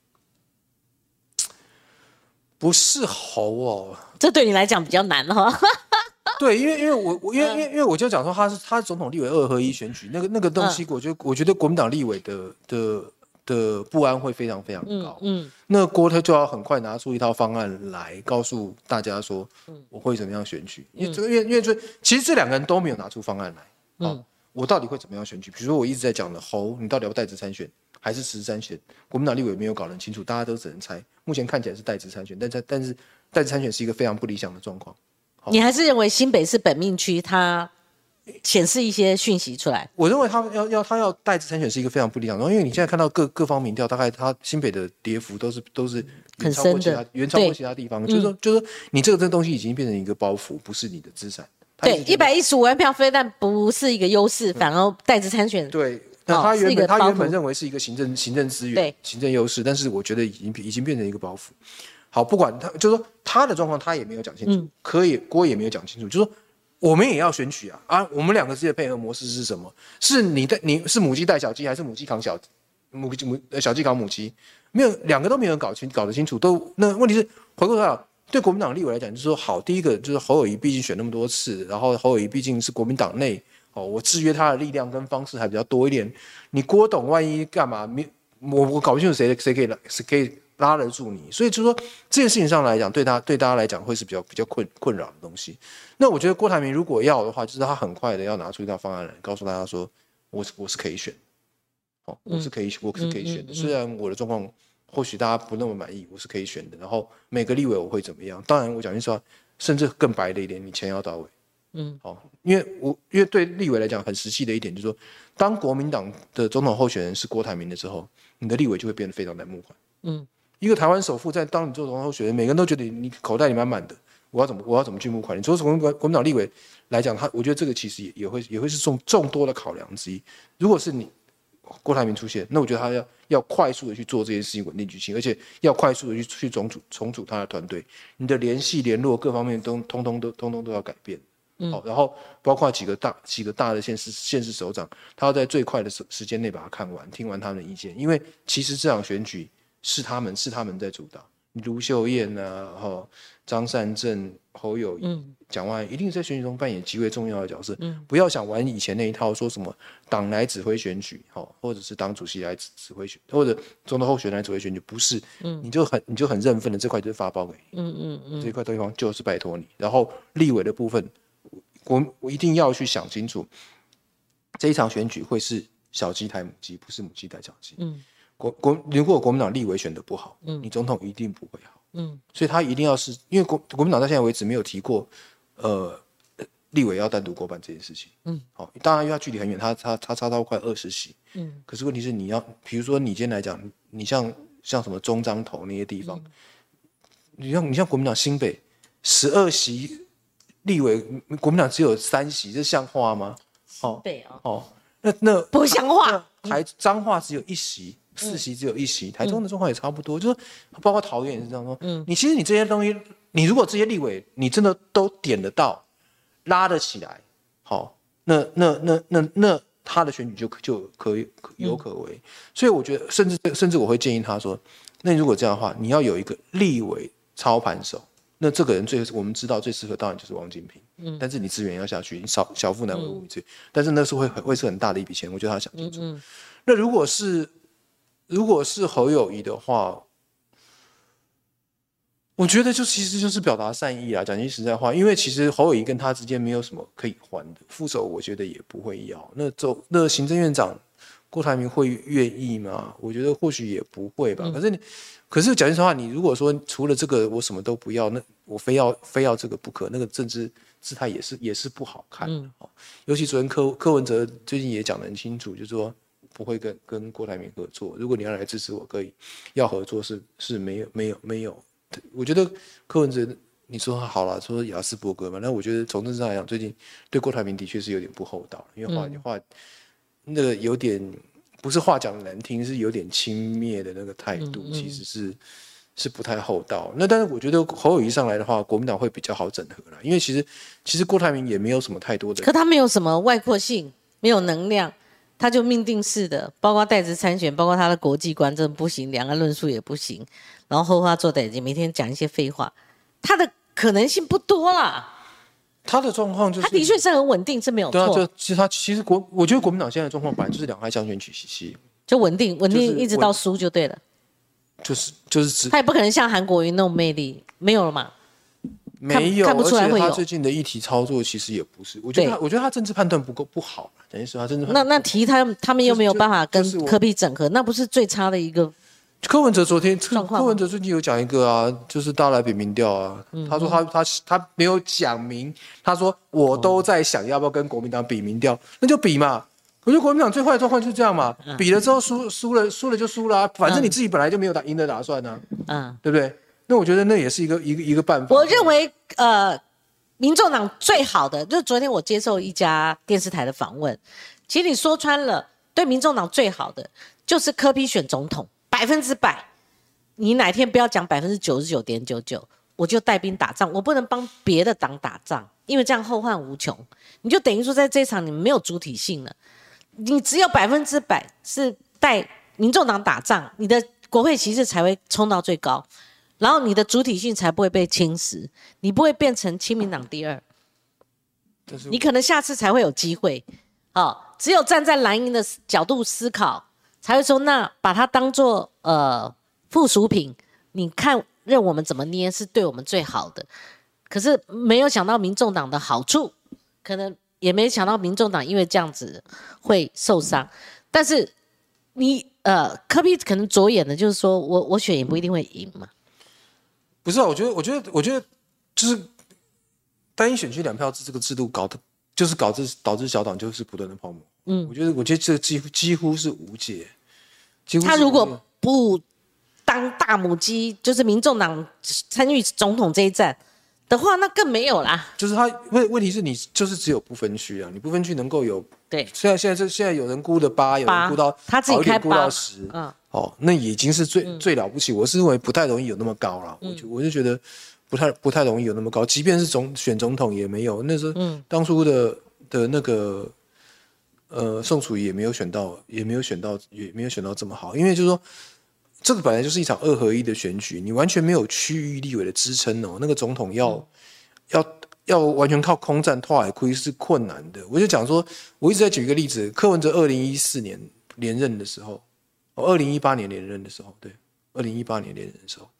不是侯哦， 这对你来讲比较难哈。 对，因为我就讲说他是总统立委2合1选举，那个东西，我觉得国民党立委的不安会非常非常高。那郭他就要很快拿出一套方案来告诉大家说，我会怎么样选举。因为其实这2个人都没有拿出方案来。我到底会怎么样选举？比如说我一直在讲的侯，你到底要不代职参选还是实质参选？国民党立委没有搞得很清楚，大家都只能猜。目前看起来是代职参选，但是代职参选是一个非常不理想的状况。 你还是认为新北市本命区它显示一些讯息出来？ 我认为他要代职参选是一个非常不理想的，因为你现在看到各方民调，大概他新北的跌幅都是很深的， 远超过其他地方。就是说你这个东西已经变成一个包袱，不是你的资产。 对，115万票非但不是一个优势，反而代职参选。 对，那他原本认为是一个行政资源、行政优势，但是我觉得已经变成一个包袱。好，不管他，就是说他的状况他也没有讲清楚，郭也没有讲清楚，就是说我们也要选举啊，我们2个之间的配合模式是什么？是你是母鸡带小鸡，还是母鸡扛小鸡扛母鸡？没有，2个都没有搞得清楚。那问题是回过头来，对国民党立委来讲，就是说好，第一个就是侯友宜毕竟选那么多次，然后侯友宜毕竟是国民党内我制约他的力量跟方式还比较多一点。你郭董万一干嘛？我搞不清楚谁可以拉得住你，所以就是说这件事情上来讲，对大家来讲会是比较困扰的东西。那我觉得郭台铭如果要的话，就是他很快的要拿出一套方案来，告诉大家说，我是可以选，我是可以选的。虽然我的状况或许大家不那么满意，我是可以选的。然后每个立委我会怎么样？当然，我讲句实话，甚至更白的一点，你钱要到位。因为对立委来讲很实际的一点就是说，当国民党的总统候选人是郭台铭的时候，你的立委就会变得非常难募款。一个台湾首富在当你做总统候选人，每个人都觉得你口袋里满满的，我要怎么去募款？你说从国民党立委来讲，我觉得这个其实也会是众多的考量之一。如果是你郭台铭出现，那我觉得他要快速的去做这件事情，稳定举行，而且要快速的去重组他的团队，你的联系联络各方面通通都要改变。然后包括几个大的县市首长，他要在最快的时间内把它看完，听完他们的意见，因为其实这场选举是他们在主导。卢秀燕啊，张善政、侯友宜、蒋万安一定在选举中扮演极为重要的角色。不要想玩以前那一套，说什么党来指挥选举，或者是党主席来指挥选，或者总统候选人来指挥选举，不是，你就很认分的这块就是发包给你，这块地方就是拜托你。然后立委的部分，我一定要去想清楚，这一场选举会是小鸡抬母鸡，不是母鸡抬小鸡。如果国民党立委选得不好，你总统一定不会好。所以他一定要是因为国民党到现在为止没有提过，立委要单独过半这件事情。当然因为他距离很远，他差到快20席。可是问题是你要，比如说你今天来讲，你像什么中彰投那些地方，你像国民党新北12席立委，国民党只有3席，这像话吗？ 新北那不像话。 彰化只有1席。4席只有1席，台中的状况也差不多，就是包括桃园也是这样说。其实你这些东西，你如果这些立委你真的都点得到，拉得起来，那他的选举就可为。所以我觉得，甚至我会建议他说，那如果这样的话，你要有一个立委操盘手，那这个人我们知道最适合当然就是王金平。但是你资源要下去，你小富难为无米之炊。但是那是会是很大的一笔钱，我觉得他想清楚。那如果是侯友宜的话，我觉得其实就是表达善意啊，讲句实在话，因为其实侯友宜跟他之间没有什么可以还的，副手我觉得也不会要。那行政院长郭台铭会愿意吗？我觉得或许也不会吧。可是讲句实话，你如果说除了这个我什么都不要，那我非要这个不可，那个政治姿态也是不好看的。尤其昨天柯文哲最近也讲得很清楚，就是说不会跟郭台铭合作。如果你要来支持我，可以，要合作是没有。我觉得柯文哲你说好了，说雅斯伯格嘛，那我觉得从政治上来讲，最近对郭台铭的确是有点不厚道，因为话那个有点不是话讲的难听，是有点轻蔑的那个态度，其实是不太厚道。那但是我觉得侯友宜上来的话，国民党会比较好整合啦，因为其实郭台铭也没有什么太多的， 可他没有什么外扩性，没有能量。他就命定式的，包括代职参选，包括他的国际观，真的不行，两岸论述也不行，然后后话做代职，每天讲一些废话，他的可能性不多啦。 他的状况就是， 他的确是很稳定，是没有错。 对啊，其实我觉得国民党现在的状况本来就是两害相选取其就稳定一直到输就对了。 就是他也不可能像韩国瑜那种魅力，没有了嘛。 没有， 看不出来会有。 而且他最近的议题操作其实也不是，我觉得他政治判断不好，等于是他政治判断。 那提他们又没有办法跟柯 P 整合，那不是最差的一个。 柯文哲昨天，柯文哲最近有讲一个啊，就是大家来比民调啊，他说他没有讲明，他说我都在想要不要跟国民党比民调，那就比嘛。我觉得国民党最坏的状况就是这样嘛，比了之后输了就输了，反正你自己本来就没有赢的打算呢，对不对？那我觉得那也是一个办法。 我认为民众党最好的就是昨天我接受一家电视台的访问，其实你说穿了，对民众党最好的就是柯 P 选总统100%。你哪天不要讲99.99%，我就带兵打仗，我不能帮别的党打仗，因为这样后患无穷。你就等于说在这一场你们没有主体性了，你只有100%是带民众党打仗，你的国会席次才会冲到最高。然后你的主体性才不会被侵蚀，你不会变成亲民党第2，你可能下次才会有机会。只有站在蓝营的角度思考，才会说那把它当作附属品，你看任我们怎么捏是对我们最好的。可是没有想到民众党的好处，可能也没想到民众党因为这样子会受伤。但是你柯 P 可能着眼的就是说我选也不一定会赢嘛。 不是啊，我觉得就是单一选区2票制这个制度搞的，就是导致小党就是不断的泡沫。我觉得这几乎是无解。 他如果不当大母鸡，就是民众党参与总统这一战的话，那更没有啦。 就是他问题是你就是只有不分区啊，你不分区能够有对。 现在有人估的8，有人估到他自己开估到10，那已经是最了不起。我是认为不太容易有那么高啦，我就觉得不太容易有那么高，即便是选总统也没有。那时候当初的那个宋楚瑜也没有选到这么好，因为就是说。这个本来就是一场2合1的选举，你完全没有区域立委的支撑哦。那个总统要完全靠空战拓海亏是困难的。我就讲说，我一直在举一个例子，柯文哲2014年连任的时候，2018年连任的时候，对，2018年连任的时候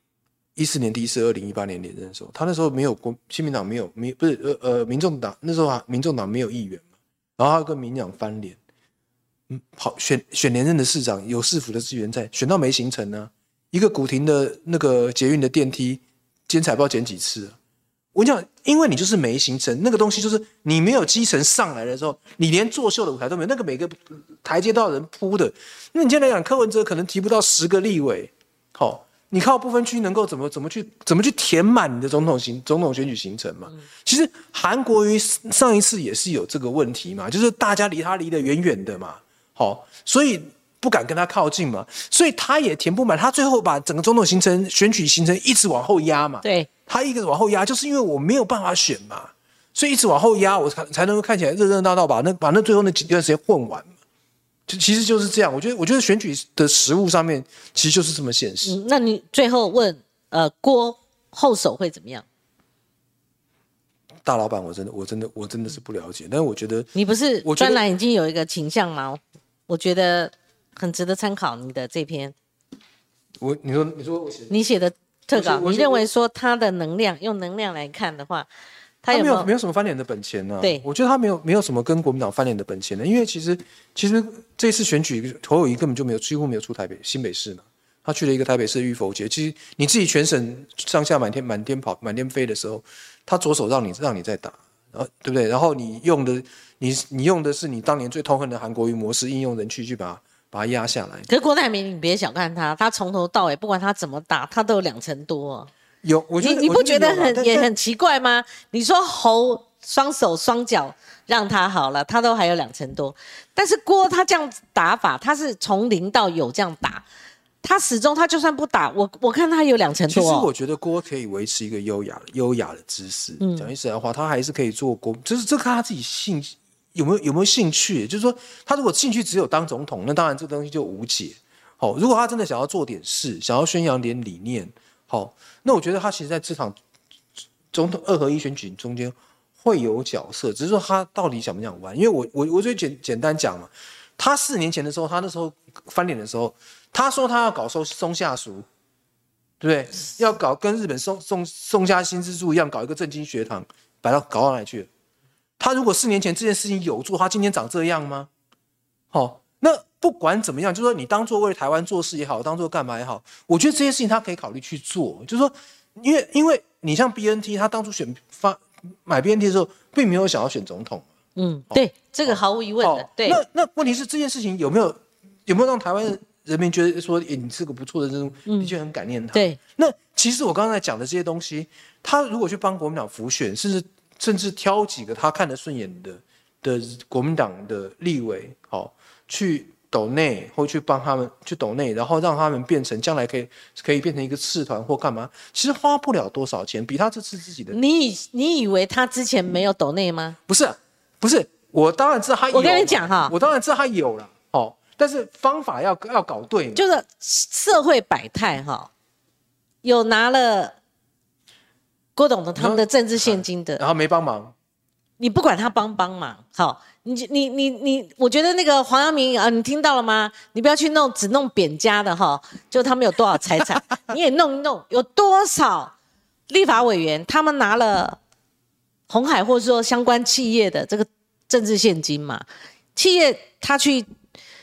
，14年第一次，2018年连任的时候，他那时候没有亲民党没有不是民众党那时候民众党没有议员嘛，然后他跟民党翻脸。好选连任的市长有市府的资源在，选到没行程呢、一个古亭的那个捷运的电梯剪彩报剪几次啊？我讲，因为你就是没行程，那个东西就是你没有基层上来的时候，你连作秀的舞台都没有，那个每个台阶都有人铺的。那你今天来讲，柯文哲可能提不到10个立委，好，你靠不分区能够怎么去填满你的总统选举行程嘛？其实韩国瑜上一次也是有这个问题嘛，就是大家离他离得远远的嘛。好，所以不敢跟他靠近嘛，所以他也填不满，他最后把整个总统选举行程一直往后压嘛。 对， 他一直往后压，就是因为我没有办法选嘛，所以一直往后压，我才能够看起来热热闹闹把那最后那几段时间混完嘛。其实就是这样，我觉得选举的实务上面其实就是这么现实。 那你最后问郭后手会怎么样？ 大老板，我真的是不了解，但是我觉得你不是专栏已经有一个倾向吗？我觉得很值得参考你的这篇。 你说你写的特稿，你认为说他的能量，用能量来看的话，他没有什么翻脸的本钱呢、啊？ 对， 我觉得他没有什么跟国民党翻脸的本钱呢，因为其实这次选举侯友宜根本就几乎没有出新北市嘛，他去了一个台北市的玉佛街。其实你自己全省上下满天飞的时候，他左手让你再打，对不对？然后你用的是你当年最痛恨的韩国瑜模式，应用人去把它压下来。 可是郭台铭，你别小看他从头到尾，不管他怎么打，他都有2成多、哦。 有， 你不觉得也很奇怪吗？你说侯双手双脚让他好了，他都还有2成多，但是郭他这样打法，他是从0到有这样打。他始终他就算不打，我看他有2成多、哦。 其实我觉得郭可以维持一个优雅的姿势。讲句实在话，他还是可以做就是这看他自己有没有兴趣。就是说，他如果兴趣只有当总统，那当然这个东西就无解。好，如果他真的想要做点事，想要宣扬点理念，好，那我觉得他其实在这场总统2合1选举中间会有角色，只是说他到底想不想玩。因为我最简单讲嘛，他4年前的时候，他那时候翻脸的时候。他说他要搞松下塾，对不对？要搞跟日本松下新之助一样，搞一个政经学堂，搞到哪里去了？他如果4年前这件事情有做，他今天长这样吗？好，那不管怎么样，就是说你当做为台湾做事也好，当做干嘛也好，我觉得这些事情他可以考虑去做。就是说，因为你像 BNT， 他当初买 BNT 的时候，并没有想要选总统。 对，这个毫无疑问的。对， 那问题是这件事情有没有让台湾人民觉得说，你是个不错的人，的确很感念他。 对， 那其实我刚才讲的这些东西，他如果去帮国民党辅选，甚至挑几个他看得顺眼的国民党的立委，去斗内或去帮他们去斗内，然后让他们变成将来可以变成一个次团或干嘛，其实花不了多少钱，比他这次自己的。 你以为他之前没有斗内吗？ 不是，我当然知道他有。 我跟你讲哈， 我当然知道他有了，但是方法要搞对嘛， 就是社会百态哈，有拿了郭董的他们的政治现金的， 然后没帮忙， 你不管他帮忙，好，你，我觉得那个黄阳明啊，你听到了吗？你不要去只弄扁家的哈，就他们有多少财产，你也弄一弄，有多少立法委员他们拿了鸿海或者说相关企业的这个政治现金嘛？企业他去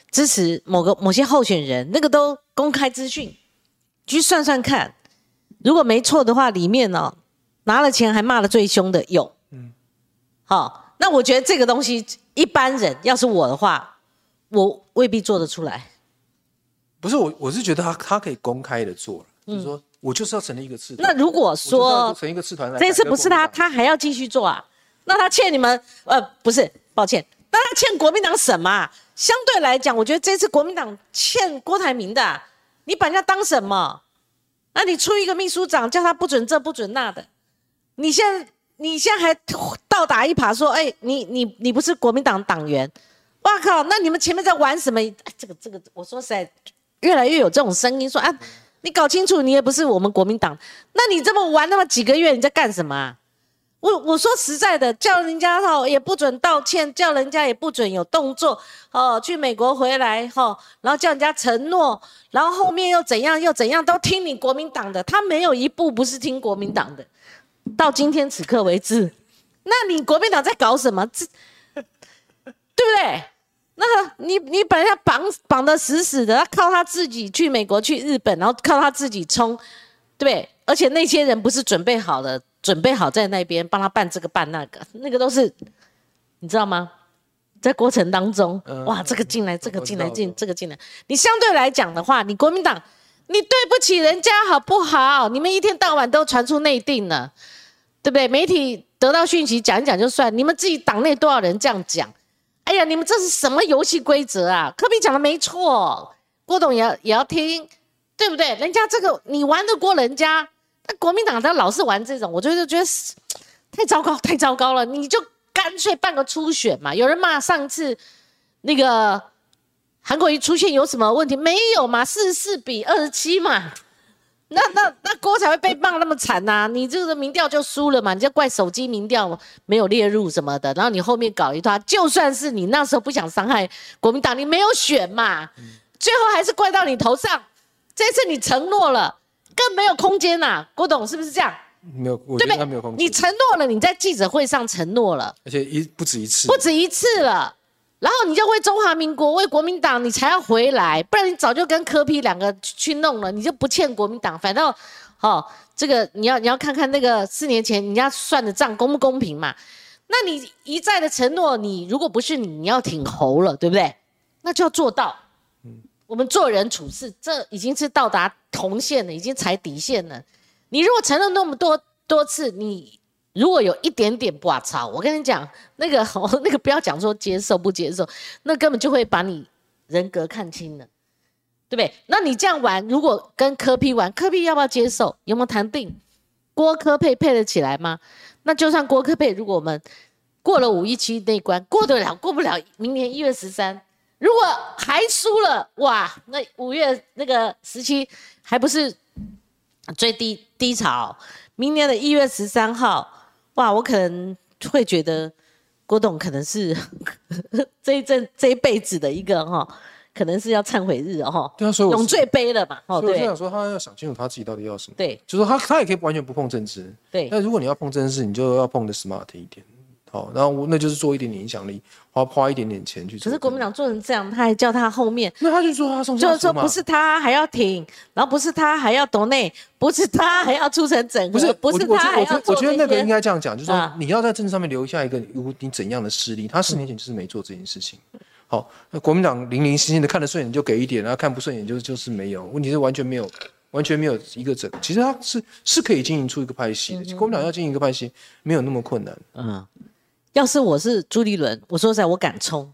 支持某些候选人，那个都公开资讯，去算算看。如果没错的话，里面哦拿了钱还骂得最凶的有，好，那我觉得这个东西一般人要是我的话，我未必做得出来。 不是我是觉得他可以公开的做了，就是说我就是要成立一个次团。 那如果说成立一个次团， 这次不是他还要继续做啊？那他欠你们不是，抱歉，那他欠国民党什么啊？相对来讲，我觉得这次国民党欠郭台铭的啊，你把人家当什么？那你出一个秘书长叫他不准这不准那的，你现在还倒打一耙说，你不是国民党党员，哇靠！那你们前面在玩什么？这个，我说实在，越来越有这种声音说啊，你搞清楚，你也不是我们国民党，那你这么玩那么几个月，你在干什么啊？我说实在的，叫人家也不准道歉，叫人家也不准有动作去美国回来然后叫人家承诺，然后后面又怎样都听你国民党的，他没有一步不是听国民党的，到今天此刻为止，那你国民党在搞什么？对不对？那你把人家绑得死死的，他靠他自己去美国去日本，然后靠他自己冲，对不对？而且那些人不是准备好在那边帮他办这个办那个，那个都是你知道吗？在过程当中，哇，这个进来，这个进来，这个进来，你相对来讲的话，你国民党，你对不起人家好不好？你们一天到晚都传出内定了，对不对？媒体得到讯息讲一讲就算，你们自己党内多少人这样讲？哎呀，你们这是什么游戏规则啊？柯 P 讲的没错，郭董也要听，对不对？人家这个你玩得过人家，那国民党他老是玩这种，我觉得太糟糕了。你就干脆办个初选嘛。有人骂上次那个韩国瑜出现有什么问题？没有嘛，44-27嘛。那郭才会被骂那么惨啊！你这个民调就输了嘛，你就怪手机民调没有列入什么的，然后你后面搞一套，就算是你那时候不想伤害国民党，你没有选嘛，最后还是怪到你头上。这次你承诺了，更没有空间啊，郭董是不是这样？ 没有，我觉得他没有空间。 你承诺了，你在记者会上承诺了， 而且不止一次了。然后你就为中华民国、为国民党，你才要回来，不然你早就跟柯 P 两个去弄了，你就不欠国民党。反正，这个你要看看那个4年前人家算的账公不公平嘛？那你一再的承诺，你如果不是你要挺侯了，对不对？那就要做到。我们做人处事，这已经是到达红线了，已经踩底线了。你如果承诺那么多次，你如果有一点点不操，我跟你讲，那个不要讲说接受不接受，那根本就会把你人格看清了，对不对？那你这样玩，如果跟柯 P 玩，柯 P 要不要接受？有没有谈定？郭柯配得起来吗？那就算郭柯配，如果我们过了517那一关，过不了，明年1月13，如果还输了，哇，那5月那个17还不是最低潮？明年的1月13号。哇，我可能会觉得郭董可能是这一辈子的一个可能是要忏悔日对啊，所以永罪碑了嘛所以我就想说，他要想清楚他自己到底要什么。 对， 就是说他也可以完全不碰政治。 对， 但如果你要碰政治，你就要碰的 smart 一点。好，然后那就是做一点点影响力，花一点点钱去做。 可是国民党做成这样，他还叫他后面， 那他就说他送下就是说不是他还要挺，然后不是他还要斗内，不是他还要促成整合，不是他还要做我觉得那个应该这样讲，就是说你要在政治上面留下一个你怎样的势力。他4年前就是没做这件事情。好，那国民党零零星星的看得顺眼就给一点，然后看不顺眼就是没有。问题是完全没有一个整。其实他是可以经营出一个派系的。国民党要经营一个派系没有那么困难。 要是我是朱立伦，我说实在我敢冲。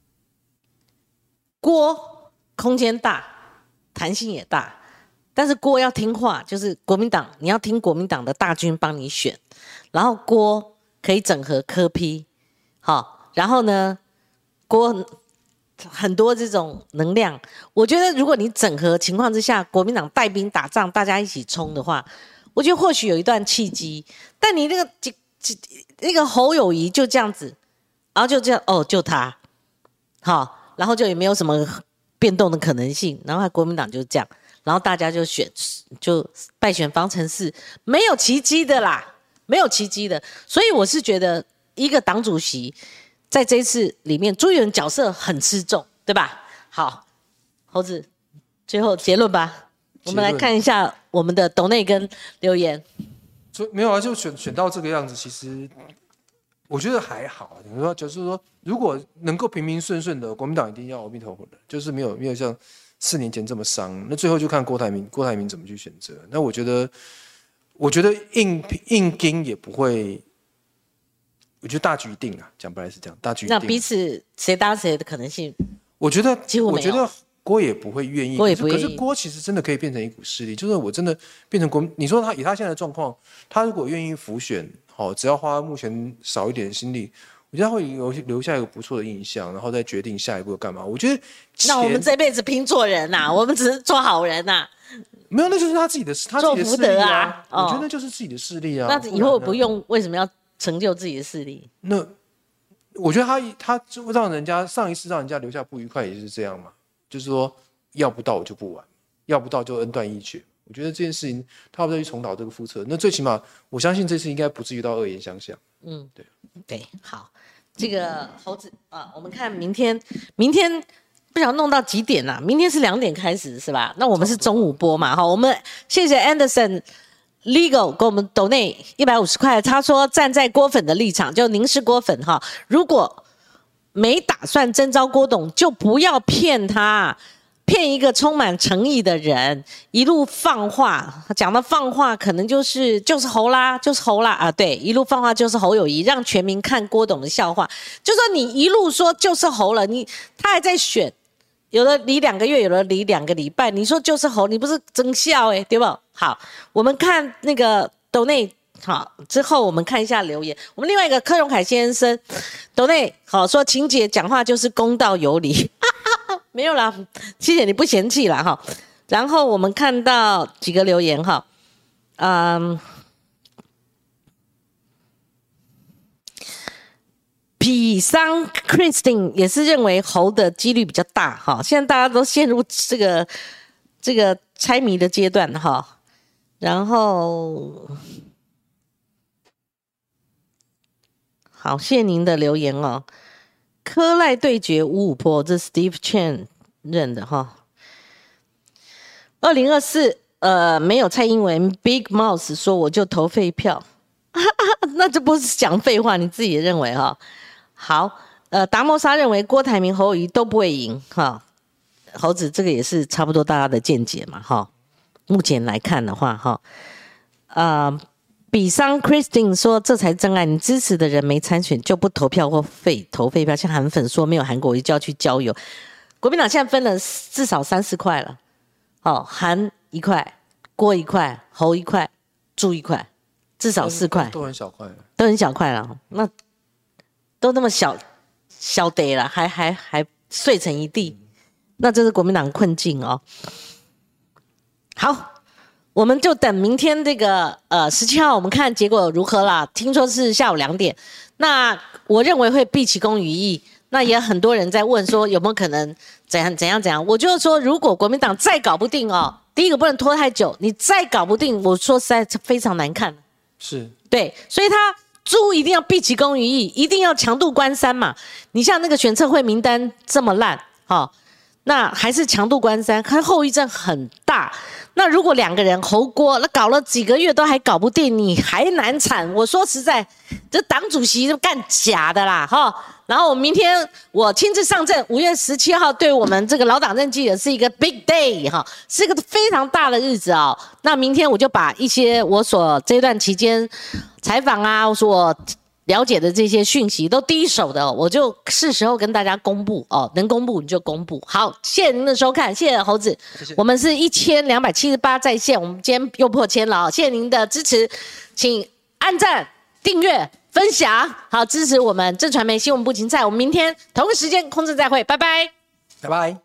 郭空间大，弹性也大，但是郭要听话，就是国民党你要听国民党的大军帮你选，然后郭可以整合柯 P， 好，然后呢，郭很多这种能量，我觉得如果你整合情况之下，国民党带兵打仗，大家一起冲的话，我觉得或许有一段契机，但你那个侯友宜就这样子，然后就这样就他，好，然后就也没有什么变动的可能性，然后国民党就这样，然后大家就败选方程式，没有奇迹的啦，没有奇迹的。所以我是觉得一个党主席在这一次里面，朱立伦角色很吃重，对吧？ 好，猴子，最后结论吧。我们来看一下我们的斗内跟留言。 所以没有啊，就选到这个样子，其实我觉得还好。你说就是说，如果能够平平顺顺的，国民党一定要阿弥陀佛的，就是没有像4年前这么伤。那最后就看郭台铭怎么去选择。那我觉得硬盯也不会。我觉得大局一定啊，讲白了是这样，大局一定。 那彼此谁搭谁的可能性， 我觉得几乎没有。 我觉得郭也不会愿意，可是郭其实真的可以变成一股势力，就是我真的变成国，你说以他现在的状况，他如果愿意辅选，只要花目前少一点心力，我觉得他会留下一个不错的印象，然后再决定下一步要干嘛。我觉得那我们这辈子拼做人呐，我们只是做好人呐。 没有，那就是他自己的势力啊。我觉得那就是自己的势力啊。 那以后不用，为什么要成就自己的势力？ 那我觉得他就让人家上一次让人家留下不愉快也是这样嘛。就是说，要不到我就不玩，要不到就恩断义绝。我觉得这件事情，他要再去重蹈这个覆辙，那最起码我相信这次应该不至于到恶言相向。 对，好，这个猴子啊，我们看明天不晓得弄到几点啊？明天是2点开始是吧？那我们是中午播嘛，哈，我们谢谢 Anderson Legal 给我们抖内150块，他说站在郭粉的立场，就您是郭粉哈，如果没打算征召郭董，就不要骗他，骗一个充满诚意的人，一路放话，讲的放话可能就是猴啦，就是猴啦啊！对，一路放话就是侯友宜，让全民看郭董的笑话。就说你一路说就是猴了，他还在选，有的离2个月，有的离2个礼拜，你说就是猴，你不是真笑对吧？好，我们看那个斗内。好，之后我们看一下留言。我们另外一个柯荣凯先生，斗内好说，晴姐讲话就是公道有理，没有啦，谢谢你不嫌弃啦哈。然后我们看到几个留言哈，比桑 Christine 也是认为猴的几率比较大哈。现在大家都陷入这个猜谜的阶段哈，然后。好，谢谢您的留言哦。科赖对决55波，这 Steve Chen 认的哈。2024没有蔡英文 Big Mouse 说我就投废票，那这不是讲废话，你自己也认为哈。好，达摩沙认为郭台铭、侯友宜都不会赢哈。猴子这个也是差不多大家的见解嘛哈。目前来看的话哈，比桑 Christine 说这才真爱，你支持的人没参选就不投票或投废票，像韩粉说没有韩国瑜就要去郊游。国民党现在分了至少3-4块了，韩1块，郭1块，侯1块，朱1块，至少4块， 都很小块， 都很小块了，那都那么小得了，还碎成一地，那这是国民党困境哦。好。我们就等明天这个17号，我们看结果如何啦。听说是下午2点，那我认为会毕其功于役。那也很多人在问说有没有可能怎样？我就是说，如果国民党再搞不定第一个不能拖太久，你再搞不定，我说实在非常难看。 是， 对，所以他猪一定要毕其功于役，一定要强渡关山嘛。你像那个选测会名单这么烂，那还是强渡关山，它后遗症很大。那如果2个人侯郭，那搞了几个月都还搞不定，你还难产。我说实在，这党主席就干假的啦然后明天我亲自上阵，5月17号对我们这个老党政记者是一个 big day 是一个非常大的日子那明天我就把一些我所这段期间采访我所了解的这些讯息都第一手的我就是时候跟大家公布能公布你就公布。好，谢谢您的收看，谢谢猴子，谢谢。我们是1278在线，我们今天又破千了谢谢您的支持，请按赞、订阅、分享，好支持我们正传媒新闻部芹菜。我们明天同个时间空中再会，拜拜， 拜拜。